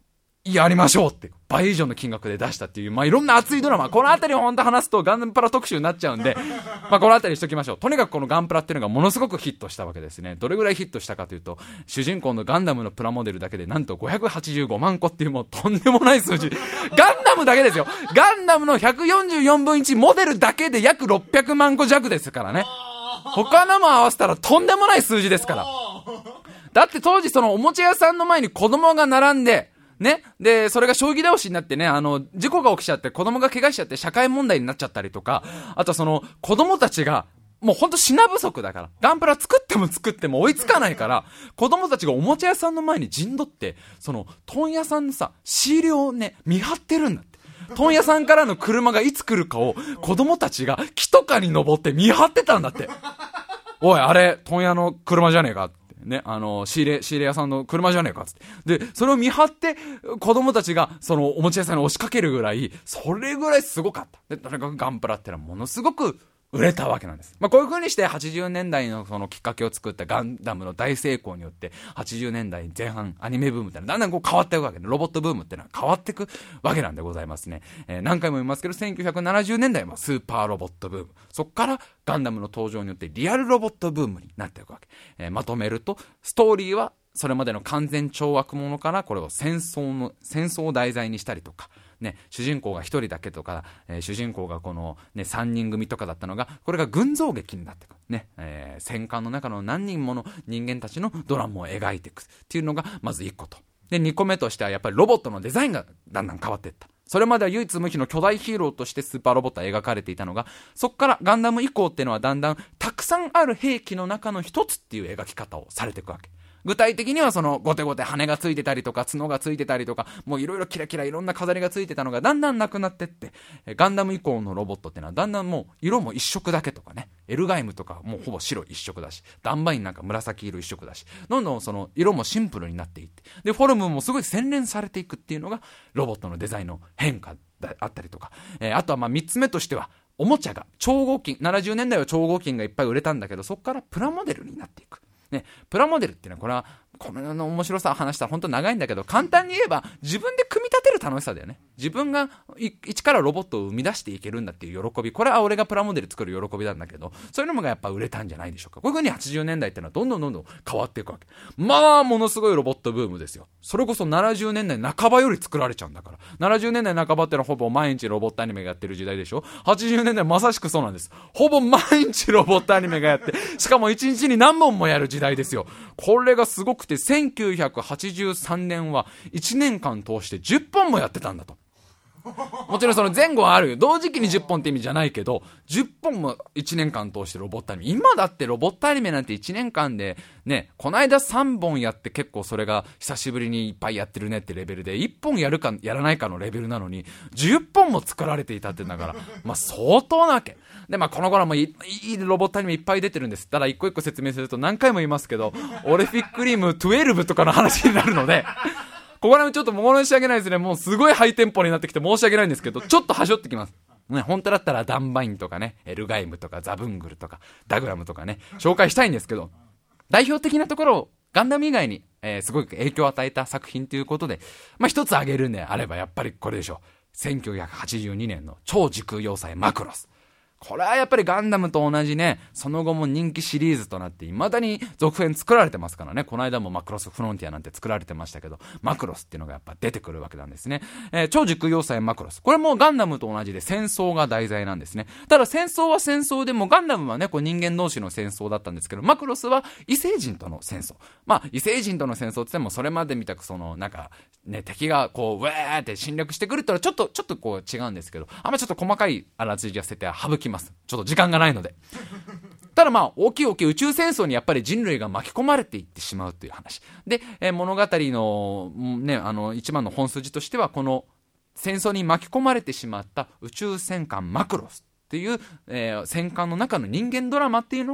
やりましょうって倍以上の金額で出したっていう、まあいろんな熱いドラマ、このあたりを本当話すとガンプラ特集になっちゃうんでまあこのあたりにしときましょう。とにかくこのガンプラっていうのがものすごくヒットしたわけですね。どれぐらいヒットしたかというと、主人公のガンダムのプラモデルだけでなんとごひゃくはちじゅうごまんこっていう、もうとんでもない数字。ガンダムだけですよ。ガンダムのひゃくよんじゅうよんぶんいちモデルだけで約ろっぴゃくまんこ弱ですからね。他のも合わせたらとんでもない数字ですから。だって当時そのおもちゃ屋さんの前に子供が並んでね。で、それが将棋倒しになってね、あの、事故が起きちゃって子供が怪我しちゃって社会問題になっちゃったりとか、あとその子供たちが、もうほんと品不足だから、ガンプラ作っても作っても追いつかないから、子供たちがおもちゃ屋さんの前に陣取って、その、問屋さんのさ、仕入れをね、見張ってるんだって。問屋さんからの車がいつ来るかを、子供たちが木とかに登って見張ってたんだって。おい、あれ、問屋の車じゃねえか。ね、あの、仕入れ、仕入れ屋さんの車じゃねえかっつって。で、それを見張って、子供たちが、その、おもちゃ屋さんに押しかけるぐらい、それぐらいすごかった。で、とにかくガンプラってのはものすごく売れたわけなんです。まあ、こういう風にしてはちじゅうねんだいのそのきっかけを作ったガンダムの大成功によって、はちじゅうねんだいぜん半アニメブームってのはだんだんこう変わっていくわけで、ロボットブームってのは変わっていくわけなんでございますね。えー、何回も言いますけど、せんきゅうひゃくななじゅうねんだいはスーパーロボットブーム。そっからガンダムの登場によってリアルロボットブームになっていくわけ。えー、まとめると、ストーリーはそれまでの完全懲悪者からこれを戦争の、戦争を題材にしたりとか、ね、主人公が一人だけとか、えー、主人公がこの、ね、三人組とかだったのが、これが群像劇になっていく、ねえー、戦艦の中の何人もの人間たちのドラマを描いていくっていうのがまず一個と。で、二個目としてはやっぱりロボットのデザインがだんだん変わっていった。それまでは唯一無二の巨大ヒーローとしてスーパーロボットは描かれていたのが、そこからガンダム以降っていうのはだんだんたくさんある兵器の中の一つっていう描き方をされていくわけ。具体的にはそのゴテゴテ羽がついてたりとか角がついてたりとか、もういろいろキラキラいろんな飾りがついてたのがだんだんなくなってって、ガンダム以降のロボットってのはだんだんもう色も一色だけとかね、エルガイムとかもうほぼ白一色だし、ダンバインなんか紫色一色だし、どんどんその色もシンプルになっていって、でフォルムもすごい洗練されていくっていうのがロボットのデザインの変化だあったりとか、えー、あとはまあみっつめとしてはおもちゃが超合金、ななじゅうねんだいは超合金がいっぱい売れたんだけど、そこからプラモデルになっていく。ね、プラモデルっていうのはこれはこの世の面白さを話したら本当長いんだけど、簡単に言えば自分で組み立てる楽しさだよね。自分が一からロボットを生み出していけるんだっていう喜び、これは俺がプラモデル作る喜びなんだけど、そういうのもがやっぱ売れたんじゃないでしょうか。こういう風にはちじゅうねんだいっていうのはどんどんどんどん変わっていくわけ。まあものすごいロボットブームですよ。それこそななじゅうねんだいなかばより作られちゃうんだから。ななじゅうねんだいなかばってのはほぼ毎日ロボットアニメがやってる時代でしょ。はちじゅうねんだいまさしくそうなんです。ほぼ毎日ロボットアニメがやって、しかもいちにちに何本もやる時代ですよ。これがすごくて、せんきゅうひゃくはちじゅうさんねんはいちねんかん通してじゅっぽんもやってたんだと。もちろんその前後はあるよ。同時期にじゅっぽんって意味じゃないけど、じゅっぽんもいちねんかん通してロボットアニメ。今だってロボットアニメなんていちねんかんで、ね、この間さんぼんやって結構それが久しぶりにいっぱいやってるねってレベルで、いっぽんやるかやらないかのレベルなのに、じゅっぽんも作られていたってんだから、まあ相当なわけ。で、まあこの頃もいいロボットアニメいっぱい出てるんです。ただ一個一個説明すると何回も言いますけど、オレフィックリームじゅうにとかの話になるので、ここら辺ちょっと申し訳ないですね。もうすごいハイテンポになってきて申し訳ないんですけど、ちょっと端折ってきます。ね、本当だったらダンバインとかね、エルガイムとかザブングルとかダグラムとかね、紹介したいんですけど、代表的なところをガンダム以外に、えー、すごい影響を与えた作品ということで、まあ一つ挙げるんであればやっぱりこれでしょう。せんきゅうひゃくはちじゅうにねんの超時空要塞マクロス。これはやっぱりガンダムと同じね、その後も人気シリーズとなって未だに続編作られてますからね。この間もマクロスフロンティアなんて作られてましたけど、マクロスっていうのがやっぱ出てくるわけなんですね。えー、超時空要塞マクロス。これもガンダムと同じで戦争が題材なんですね。ただ戦争は戦争でも、ガンダムはね、こう人間同士の戦争だったんですけど、マクロスは異星人との戦争。まあ異星人との戦争って言っても、それまで見たくそのなんかね、敵がこうウェーって侵略してくるってのはちょっとちょっとこう違うんですけど、あんまちょっと細かいあらすじは設定は省きます。ちょっと時間がないので。ただまあ大きい大きい宇宙戦争にやっぱり人類が巻き込まれていってしまうという話で、えー、物語のね、あの一番の本筋としては、この戦争に巻き込まれてしまった宇宙戦艦マクロスっていう、えー、戦艦の中の人間ドラマっていうのが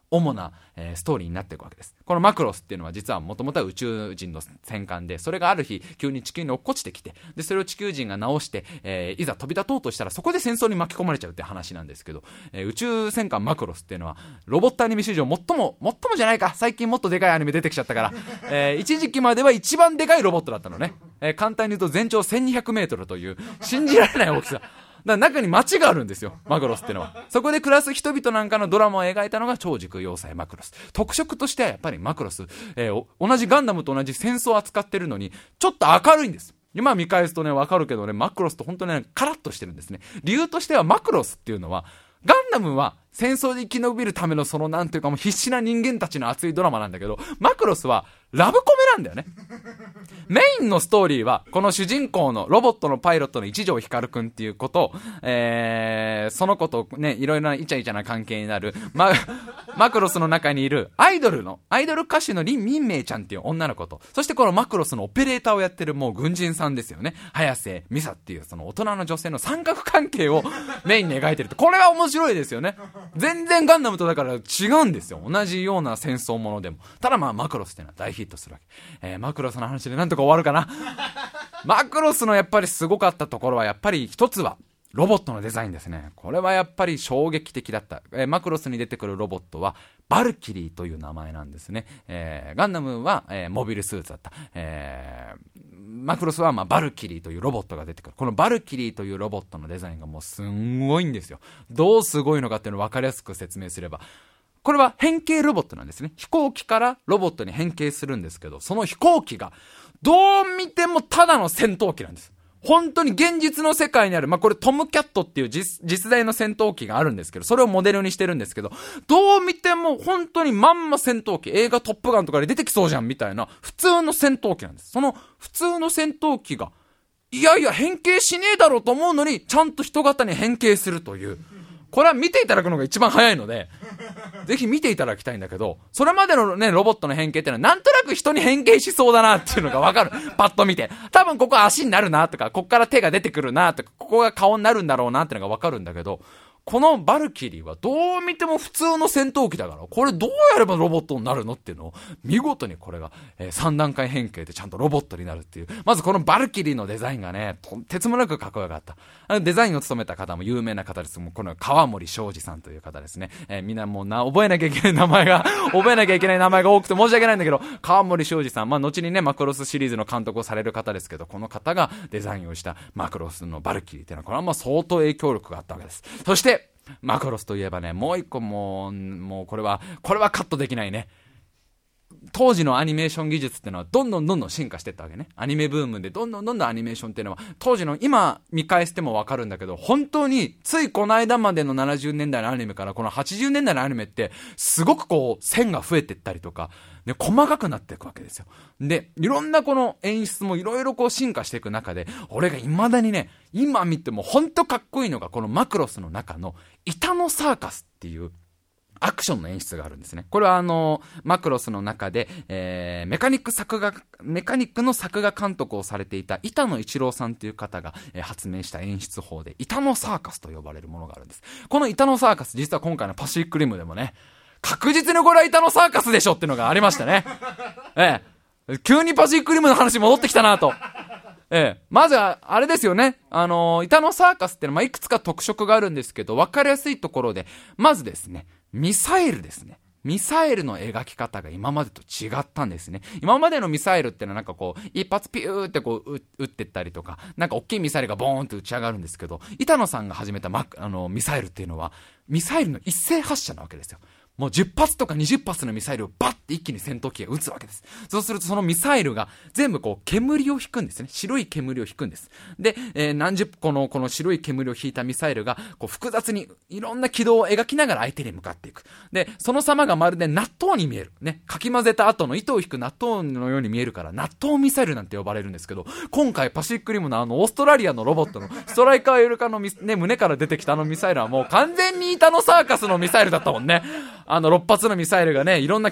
主な、えー、ストーリーになっていくわけです。このマクロスっていうのは実はもともとは宇宙人の戦艦で、それがある日急に地球に落っこちてきて、でそれを地球人が直して、えー、いざ飛び立とうとしたらそこで戦争に巻き込まれちゃうって話なんですけど、えー、宇宙戦艦マクロスっていうのはロボットアニメ史上最も最もじゃないか、最近もっとでかいアニメ出てきちゃったから、えー、一時期までは一番でかいロボットだったのね、えー、簡単に言うと全長せんにひゃくメートルという信じられない大きさだから中に街があるんですよ、マクロスってのは。そこで暮らす人々なんかのドラマを描いたのが超時空要塞マクロス。特色としてはやっぱりマクロス、えー、同じガンダムと同じ戦争を扱ってるのにちょっと明るいんです。今見返すとねわかるけどね、マクロスと本当にねカラッとしてるんですね。理由としてはマクロスっていうのは、ガンダムは戦争で生き延びるためのそのなんていうかもう必死な人間たちの熱いドラマなんだけど、マクロスはラブコメなんだよね。メインのストーリーはこの主人公のロボットのパイロットの一条光くんっていうこと、えー、その子とねいろいろなイチャイチャな関係になるマ, マクロスの中にいるアイドルのアイドル歌手のリン・ミンメイちゃんっていう女の子と、そしてこのマクロスのオペレーターをやってるもう軍人さんですよね、早瀬美沙っていうその大人の女性の三角関係をメインに描いてると、これは面白いですよね。全然ガンダムとだから違うんですよ、同じような戦争ものでも。ただまあマクロスっていうのは大ヒットするわけ、えー、マクロスの話でなんとか終わるかなマクロスのやっぱりすごかったところはやっぱり一つはロボットのデザインですね。これはやっぱり衝撃的だった、えー、マクロスに出てくるロボットはバルキリーという名前なんですね、えー、ガンダムは、えー、モビルスーツだった、えー、マクロスはまあバルキリーというロボットが出てくる。このバルキリーというロボットのデザインがもうすんごいんですよ。どうすごいのかっていうのを分かりやすく説明すれば、これは変形ロボットなんですね。飛行機からロボットに変形するんですけど、その飛行機がどう見てもただの戦闘機なんです。本当に現実の世界にある、まあ、これトムキャットっていう 実, 実在の戦闘機があるんですけど、それをモデルにしてるんですけど、どう見ても本当にまんま戦闘機、映画トップガンとかで出てきそうじゃんみたいな普通の戦闘機なんです。その普通の戦闘機がいやいや変形しねえだろうと思うのにちゃんと人型に変形するという、これは見ていただくのが一番早いのでぜひ見ていただきたいんだけど、それまでのねロボットの変形っていうのはなんとなく人に変形しそうだなっていうのがわかるパッと見て、多分ここは足になるなとか、ここから手が出てくるなとか、ここが顔になるんだろうなっていうのがわかるんだけど、このバルキリーはどう見ても普通の戦闘機だから、これどうやればロボットになるのっていうのを見事にこれが、えー、さん段階変形でちゃんとロボットになるっていう。まずこのバルキリーのデザインがねとてつもなくかっこよかった。あのデザインを務めた方も有名な方です。もうこの川森昌司さんという方ですね、えー、みんなもうな覚えなきゃいけない名前が覚えなきゃいけない名前が多くて申し訳ないんだけど、川森昌司さん、まあ後にねマクロスシリーズの監督をされる方ですけど、この方がデザインをしたマクロスのバルキリーっていうのはこれはまあ相当影響力があったわけです。そしてマクロスといえばね、もう一個もう、もうこれは、これはカットできないね。当時のアニメーション技術っていうのはどんどんどんどん進化していったわけね。アニメブームでどんどんどんどんアニメーションっていうのは、当時の今見返してもわかるんだけど、本当についこの間までのななじゅうねんだいのアニメからこのはちじゅうねんだいのアニメってすごくこう線が増えていったりとか、ね、細かくなっていくわけですよ。で、いろんなこの演出もいろいろこう進化していく中で、俺が未だにね、今見ても本当かっこいいのがこのマクロスの中の板のサーカスっていうアクションの演出があるんですね。これはあのマクロスの中で、えー、メカニック作画メカニックの作画監督をされていた板野一郎さんという方が、えー、発明した演出法で板のサーカスと呼ばれるものがあるんです。この板のサーカス、実は今回のパシフィックリムでもね、確実にこれは板のサーカスでしょっていうのがありましたね。ええ、急にパシフィックリムの話戻ってきたなと。ええ、まずはあれですよね、あのー、板のサーカスってのは、まあ、いくつか特色があるんですけど、分かりやすいところでまずですね、ミサイルですね。ミサイルの描き方が今までと違ったんですね。今までのミサイルってのはなんかこう一発ピューってこう撃ってったりとか、なんか大きいミサイルがボーンって打ち上がるんですけど、板野さんが始めたマあのミサイルっていうのはミサイルの一斉発射なわけですよ。もうじゅっぱつとかにじゅっぱつのミサイルをバッて一気に戦闘機が撃つわけです。そうするとそのミサイルが全部こう煙を引くんですね。白い煙を引くんです。で、えー、何十個のこの白い煙を引いたミサイルがこう複雑にいろんな軌道を描きながら相手に向かっていく。で、その様がまるで納豆に見える。ね。かき混ぜた後の糸を引く納豆のように見えるから納豆ミサイルなんて呼ばれるんですけど、今回パシフィックリムのあのオーストラリアのロボットのストライカーイルカの、ね、胸から出てきたあのミサイルはもう完全に板のサーカスのミサイルだったもんね。あのろっぱつのミサイルがね、いろんな軌道を描き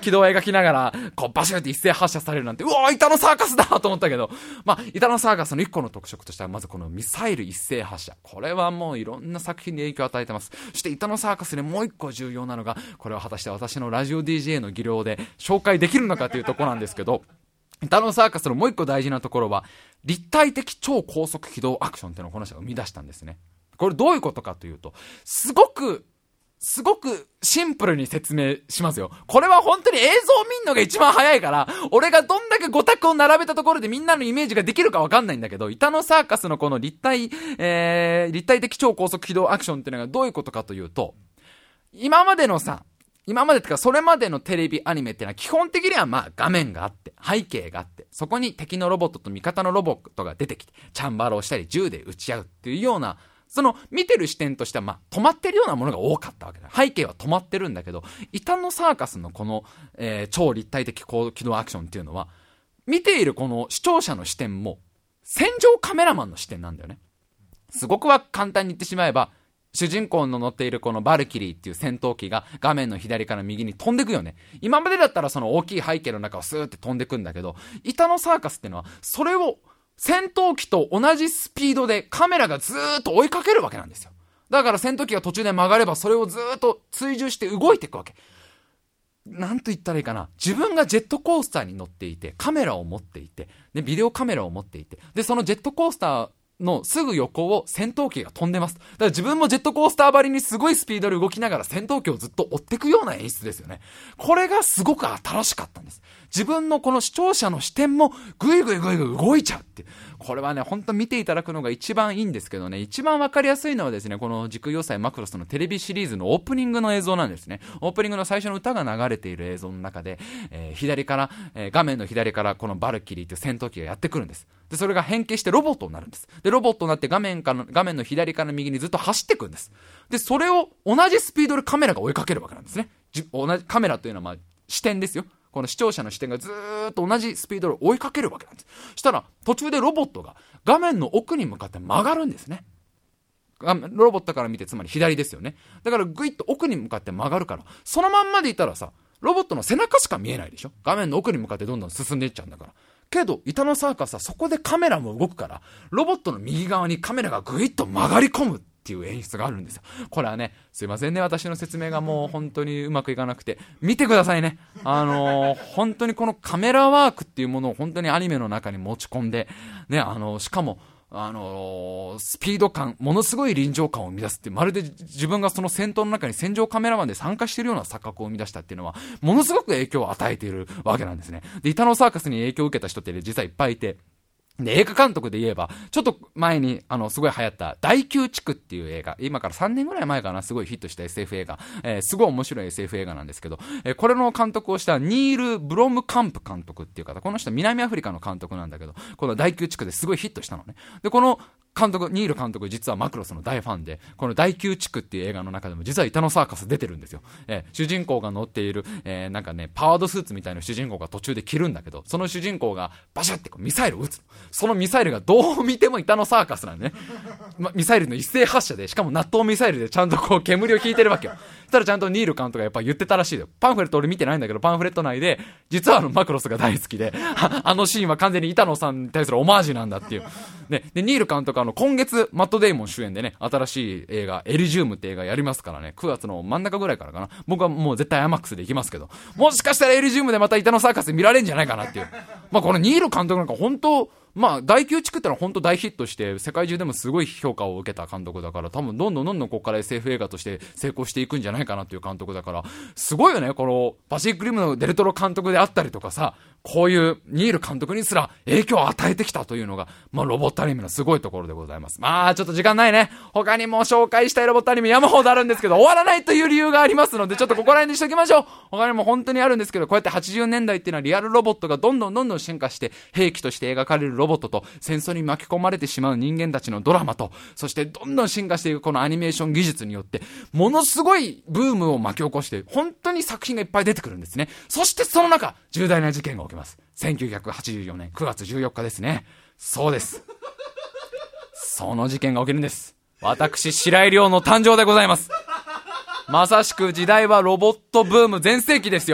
きながら、こうバシュって一斉発射されるなんて、うわー板のサーカスだと思ったけど、まあ、板のサーカスの一個の特色としては、まずこのミサイル一斉発射。これはもういろんな作品に影響を与えてます。そして板のサーカスでもう一個重要なのが、これは果たして私のラジオ ディージェー の技量で紹介できるのかというところなんですけど、板のサーカスのもう一個大事なところは、立体的超高速機動アクションっていうのをこの人が生み出したんですね。これどういうことかというと、すごく、すごくシンプルに説明しますよ。これは本当に映像を見んのが一番早いから、俺がどんだけご択を並べたところでみんなのイメージができるかわかんないんだけど、板のサーカスのこの立体、えー、立体的超高速機動アクションっていうのがどういうことかというと、今までのさ、今までってかそれまでのテレビアニメってのは基本的にはまあ画面があって、背景があって、そこに敵のロボットと味方のロボットが出てきて、チャンバラをしたり銃で撃ち合うっていうような、その見てる視点としてはまあ止まってるようなものが多かったわけだ。背景は止まってるんだけど、板のサーカスのこの、えー、超立体的高機動アクションっていうのは、見ているこの視聴者の視点も戦場カメラマンの視点なんだよね。すごくは簡単に言ってしまえば、主人公の乗っているこのバルキリーっていう戦闘機が画面の左から右に飛んでくよね。今までだったらその大きい背景の中をスーって飛んでくんだけど、板のサーカスっていうのはそれを戦闘機と同じスピードでカメラがずーっと追いかけるわけなんですよ。だから戦闘機が途中で曲がればそれをずーっと追従して動いていくわけ。なんと言ったらいいかな。自分がジェットコースターに乗っていて、カメラを持っていて、で、ビデオカメラを持っていて、で、そのジェットコースターのすぐ横を戦闘機が飛んでます。だから自分もジェットコースターばりにすごいスピードで動きながら戦闘機をずっと追っていくような演出ですよね。これがすごく新しかったんです。自分のこの視聴者の視点もぐいぐいぐいぐい動いちゃうっていう。これはね、本当見ていただくのが一番いいんですけどね、一番わかりやすいのはですね、この時空要塞マクロスのテレビシリーズのオープニングの映像なんですね。オープニングの最初の歌が流れている映像の中で、えー、左から、えー、画面の左からこのバルキリーという戦闘機がやってくるんです。で、それが変形してロボットになるんです。で、ロボットになって画面から、画面の左から右にずっと走っていくんです。で、それを同じスピードでカメラが追いかけるわけなんですね。じ同じカメラというのはまあ視点ですよ。この視聴者の視点がずーっと同じスピードで追いかけるわけなんです。したら途中でロボットが画面の奥に向かって曲がるんですね。ロボットから見てつまり左ですよね。だからグイッと奥に向かって曲がるから、そのまんまでいたらさ、ロボットの背中しか見えないでしょ。画面の奥に向かってどんどん進んでいっちゃうんだから。けど板のサーカスはそこでカメラも動くから、ロボットの右側にカメラがグイッと曲がり込むっていう演出があるんですよ。これはね、すいませんね、私の説明がもう本当にうまくいかなくて、見てくださいね。あのー、本当にこのカメラワークっていうものを本当にアニメの中に持ち込んでね、あのー、しかもあのー、スピード感、ものすごい臨場感を生み出すって、まるで自分がその戦闘の中に戦場カメラマンで参加しているような錯覚を生み出したっていうのは、ものすごく影響を与えているわけなんですね。で、板のサーカスに影響を受けた人って実はいっぱいいて、で、映画監督で言えば、ちょっと前に、あの、すごい流行った、大宮地区っていう映画、今からさんねんぐらい前かな、すごいヒットした エスエフ 映画、えー、すごい面白い エスエフ 映画なんですけど、えー、これの監督をしたニール・ブロムカンプ監督っていう方、この人は南アフリカの監督なんだけど、この大宮地区ですごいヒットしたのね。で、この監督、ニール監督実はマクロスの大ファンで、この大宮地区っていう映画の中でも実は板のサーカス出てるんですよ。えー、主人公が乗っている、えー、なんかね、パワードスーツみたいな主人公が途中で着るんだけど、その主人公がバシャってこうミサイルを撃つの。そのミサイルがどう見ても板のサーカスなんでね、ま、ミサイルの一斉発射で、しかも納豆ミサイルでちゃんとこう煙を引いてるわけよ。そしたらちゃんとニール監督がやっぱ言ってたらしいよ。パンフレット俺見てないんだけど、パンフレット内で実はあのマクロスが大好きで、あのシーンは完全に板野さんに対するオマージュなんだっていう。ね、でニール監督はあの今月マットデイモン主演でね、新しい映画エリジウムって映画やりますからね、くがつの真ん中ぐらいからかな。僕はもう絶対アイマックスで行きますけど、もしかしたらエリジウムでまた板のサーカスで見られるんじゃないかなっていう。まあこのニール監督なんか本当まあ大宮地区ってのは本当大ヒットして世界中でもすごい評価を受けた監督だから、多分どんどんどんどんここから エスエフ 映画として成功していくんじゃないかなっていう監督だから、すごいよね。このパシフィックリムのデルトロ監督であったりとかさ、こういうニール監督にすら影響を与えてきたというのが、まあロボットアニメのすごいところでございます。まあちょっと時間ないね。他にも紹介したいロボットアニメ山ほどあるんですけど、終わらないという理由がありますので、ちょっとここら辺にしときましょう。他にも本当にあるんですけど、こうやってはちじゅうねんだいっていうのはリアルロボットがどんどんどんどん進化して、兵器として描かれるロボットと戦争に巻き込まれてしまう人間たちのドラマと、そしてどんどん進化していくこのアニメーション技術によって、ものすごいブームを巻き起こして、本当に作品がいっぱい出てくるんですね。そしてその中、重大な事件が起きます。せんきゅうひゃくはちじゅうよねんくがつじゅうよっかですね。そうです。その事件が起きるんです。私、白井亮の誕生でございます。まさしく時代はロボットブーム全盛期ですよ。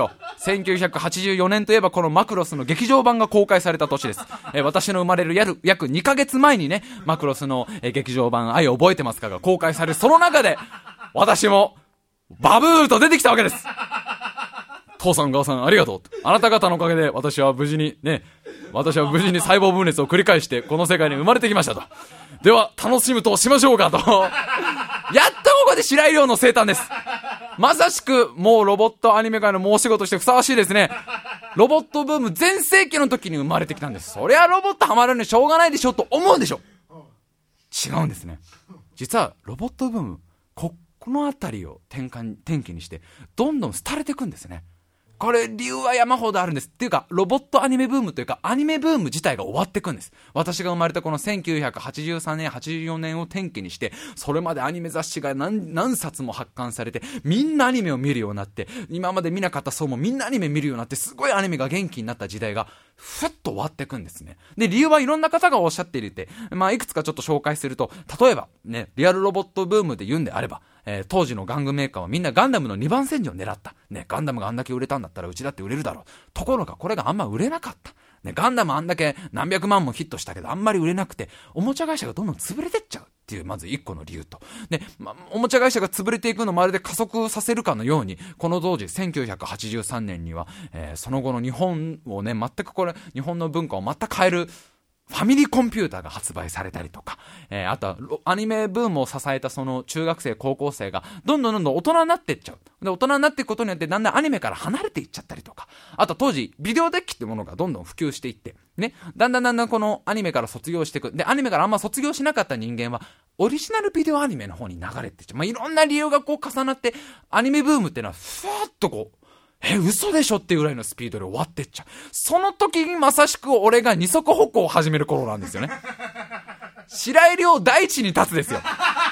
せんきゅうひゃくはちじゅうよねんといえばこのマクロスの劇場版が公開された年です。えー、私の生まれる約、約にかげつまえにね、マクロスの、えー、劇場版愛を覚えてますかが公開される、その中で、私も、バブーと出てきたわけです。父さん母さんありがとう。あなた方のおかげで私は無事にね、私は無事に細胞分裂を繰り返してこの世界に生まれてきましたと。では楽しむとしましょうかと。やっとここで白井亮の生誕です。まさしくもうロボットアニメ界の申し子としてふさわしいですね。ロボットブーム全盛期の時に生まれてきたんです。そりゃロボットハマるのにしょうがないでしょと思うでしょ。違うんですね。実はロボットブームここのあたりを転換転機にしてどんどん廃れていくんですね。これ理由は山ほどあるんです。っていうかロボットアニメブームというかアニメブーム自体が終わっていくんです。私が生まれたこのせんきゅうひゃくはちじゅうさんねんはちじゅうよねんを転機にして、それまでアニメ雑誌が 何, 何冊も発刊されてみんなアニメを見るようになって、今まで見なかった層もみんなアニメ見るようになって、すごいアニメが元気になった時代がふっと終わっていくんですね。で理由はいろんな方がおっしゃっていて、まあいくつかちょっと紹介すると、例えばね、リアルロボットブームで言うんであれば、えー、当時の玩具メーカーはみんなガンダムのにばん戦時を狙った。ね、ガンダムがあんだけ売れたんだったらうちだって売れるだろう。ところがこれがあんま売れなかった。ね、ガンダムあんだけ何百万もヒットしたけどあんまり売れなくて、おもちゃ会社がどんどん潰れてっちゃうっていうまず一個の理由と。で、ま、おもちゃ会社が潰れていくのをまるで加速させるかのように、この当時せんきゅうひゃくはちじゅうさんねんには、えー、その後の日本をね、全くこれ、日本の文化を全く変えるファミリーコンピューターが発売されたりとか、えー、あとはアニメブームを支えたその中学生高校生がどんどんどんどん大人になっていっちゃう。で大人になっていくことによってだんだんアニメから離れていっちゃったりとか、あと当時ビデオデッキってものがどんどん普及していってね、だんだんだんだんこのアニメから卒業していく。でアニメからあんま卒業しなかった人間はオリジナルビデオアニメの方に流れていっちゃう。まあいろんな理由がこう重なってアニメブームっていうのはふわっとこう、え、嘘でしょっていうぐらいのスピードで終わってっちゃう。その時にまさしく俺が二足歩行を始める頃なんですよね。白井亮大地に立つですよ。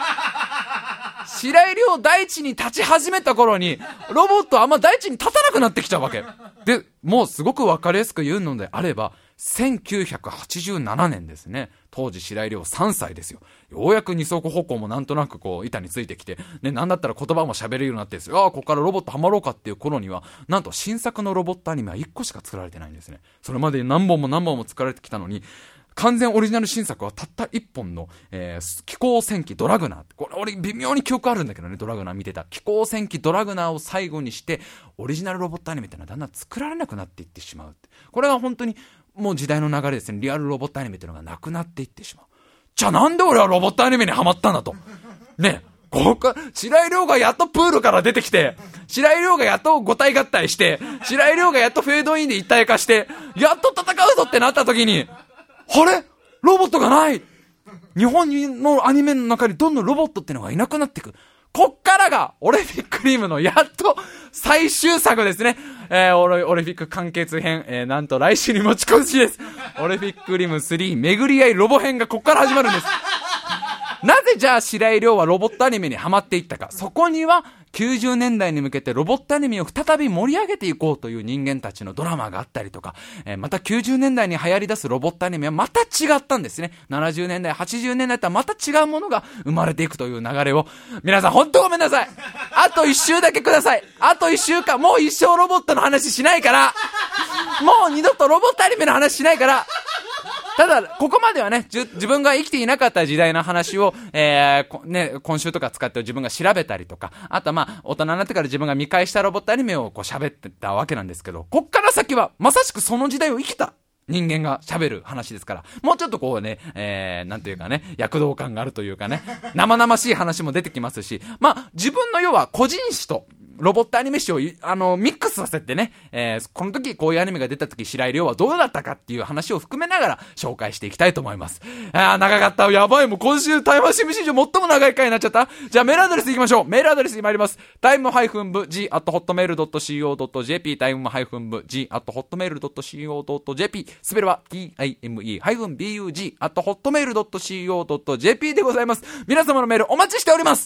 白井亮大地に立ち始めた頃にロボットあんま大地に立たなくなってきちゃうわけで、もうすごくわかりやすく言うのであればせんきゅうひゃくはちじゅうななねんですね。当時白井亮さんさいですよ。ようやく二足歩行もなんとなくこう板についてきてね、なんだったら言葉も喋れるようになってですよ。ああ、ここからロボットハマろうかっていう頃にはなんと新作のロボットアニメはいっこしか作られてないんですね。それまで何本も何本も作られてきたのに、完全オリジナル新作はたったいっぽんの、えー、気候戦記ドラグナー。これ俺微妙に記憶あるんだけどね、ドラグナー見てた。気候戦記ドラグナーを最後にしてオリジナルロボットアニメってのはだんだん作られなくなっていってしまうって。これは本当にもう時代の流れですね。リアルロボットアニメっていうのがなくなっていってしまう。じゃあなんで俺はロボットアニメにハマったんだと。ね。ここ白井亮がやっとプールから出てきて、白井亮がやっと五体合体して、白井亮がやっとフェードインで一体化して、やっと戦うぞってなった時に、あれロボットがない。日本のアニメの中にどんどんロボットってのがいなくなっていく。こっからがオレフィックリムのやっと最終作ですね。えー、オレ、オレフィック完結編、えー、なんと来週に持ち越しです。オレフィックリムスリー巡り合いロボ編がこっから始まるんです。なぜじゃあ白井亮はロボットアニメにハマっていったか。そこにはきゅうじゅうねんだいに向けてロボットアニメを再び盛り上げていこうという人間たちのドラマがあったりとか、えー、またきゅうじゅうねんだいに流行り出すロボットアニメはまた違ったんですね。ななじゅうねんだい、はちじゅうねんだいとはまた違うものが生まれていくという流れを、皆さん本当ごめんなさい。あと一週だけください。あと一週間、もう一生ロボットの話しないから。もう二度とロボットアニメの話しないから。ただここまではね、じ自分が生きていなかった時代の話を、えーね、今週とか使って自分が調べたりとか、あとはまあ大人になってから自分が見返したロボットアニメをこう喋ってたわけなんですけど、こっから先はまさしくその時代を生きた人間が喋る話ですから、もうちょっとこうね、えー、なんていうかね、躍動感があるというかね、生々しい話も出てきますし、まあ自分の要は個人史とロボットアニメ史をあのミックスさせてね、えー、この時こういうアニメが出た時白井亮はどうだったかっていう話を含めながら紹介していきたいと思います。あー長かった。やばい。もう今週タイムマシン部史上最も長い回になっちゃった。じゃあメールアドレスいきましょう。メールアドレスに参ります。タイムハイフンブ G アットホットメールドットシーオードットジェーピー タイムハイフンブ G アットホットメールドットシーオードットジェーピー スペルは ティーアイエムイー ハイフン ビーユージー アットホットメールドットシーオードットジェーピー でございます。皆様のメールお待ちしております。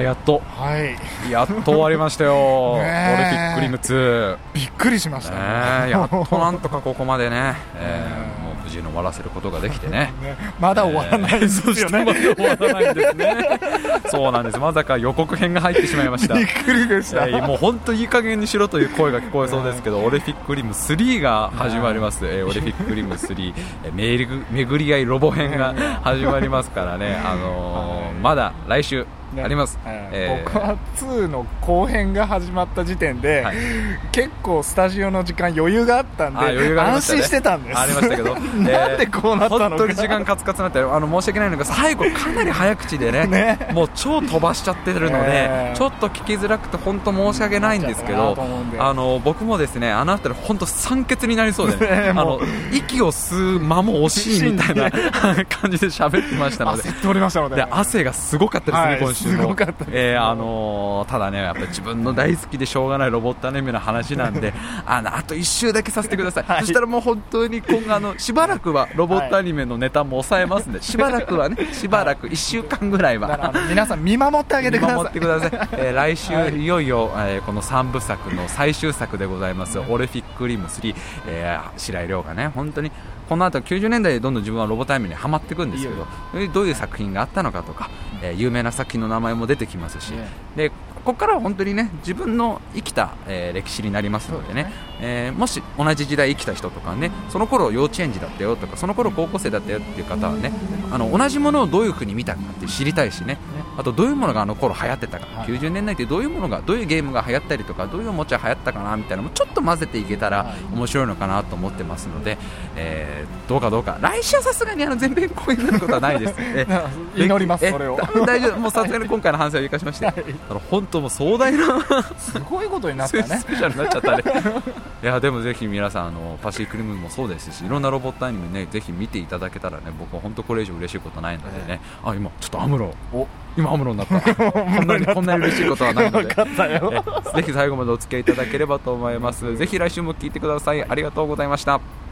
やっとはいやっと終わりましたよオねリンピックリムツー、 びっくりしましたね、 ね、やっとなんとかここまでね、えー、もう無事に終わらせることができてねねまだ終わらないですよね、 えー、そしてまだ終わらないんですねそうなんです、まさか予告編が入ってしまいましたびっくりでした、 えー、もう本当いい加減にしろという声が聞こえそうですけど、オリンピックリムスリーが始まります、えー、オリンピックリムスリー、えー、巡り合いロボ編が始まりますからね、あのー、まだ来週あります、 ねえー、 僕はツーの後編が始まった時点で、はい、結構スタジオの時間余裕があったんで、ね、安心してたんです。 ありましたけどなんでこうなったのか、 本当に時間カツカツになってあの申し訳ないのが最後かなり早口で ね, ねもう超飛ばしちゃってるので、えー、ちょっと聞きづらくて本当申し訳ないんですけど、あの僕もですねあの後本当酸欠になりそうで、ね、あの息を吸う間も惜しいみたいな感じで喋ってましたので、 焦っておりましたので、 で汗がすごかったですね、はい、今週もすごかったです、 えーあのー、ただねやっぱり自分の大好きでしょうがないロボットアニメの話なんであのあといっ週だけさせてください、はい、そしたらもう本当に今後あのしばらくはロボットアニメのネタも抑えますんで、はい、しばらくはねしばらくいっしゅうかんぐらいは、 はい、皆さん見守ってあげてください、 見守ってください、えー、来週、はい、いよいよ、えー、このさんぶさくの最終作でございます、はい、オリンピックリムスリー、えー、白井亮がね本当にこの後きゅうじゅうねんだいでどんどん自分はロボットアニメにハマっていくんですけど、いいどういう作品があったのかとか、えー、有名な作品の名前も出てきますし、ね、でここからは本当にね自分の生きた、えー、歴史になりますのでね、えー、もし同じ時代生きた人とかね、その頃幼稚園児だったよとかその頃高校生だったよっていう方はね、あの同じものをどういう風に見たかって知りたいしね、あとどういうものがあの頃流行ってたか、はい、きゅうじゅうねんだいってどういうものがどういうゲームが流行ったりとかどういうおもちゃ流行ったかなみたいなのもちょっと混ぜていけたら面白いのかなと思ってますので、えー、どうかどうか来週はさすがにあの前編後編になることはないですえ祈りますそれを大丈夫、もうさすがに今回の反省を生かしまして、はい、あの本当もう壮大なすごいことになったねスペシャルになっちゃったねいやでもぜひ皆さんあのパシフィックリムもそうですしいろんなロボットアニメねぜひ見ていただけたらね、僕は本当これ以上嬉しいことないのでね、えー、あ今ちょっとアムロお今アムロになったこんなにこんなに嬉しいことはないのでぜひ最後までお付き合いいただければと思います。ぜひ来週も聞いてください。ありがとうございました。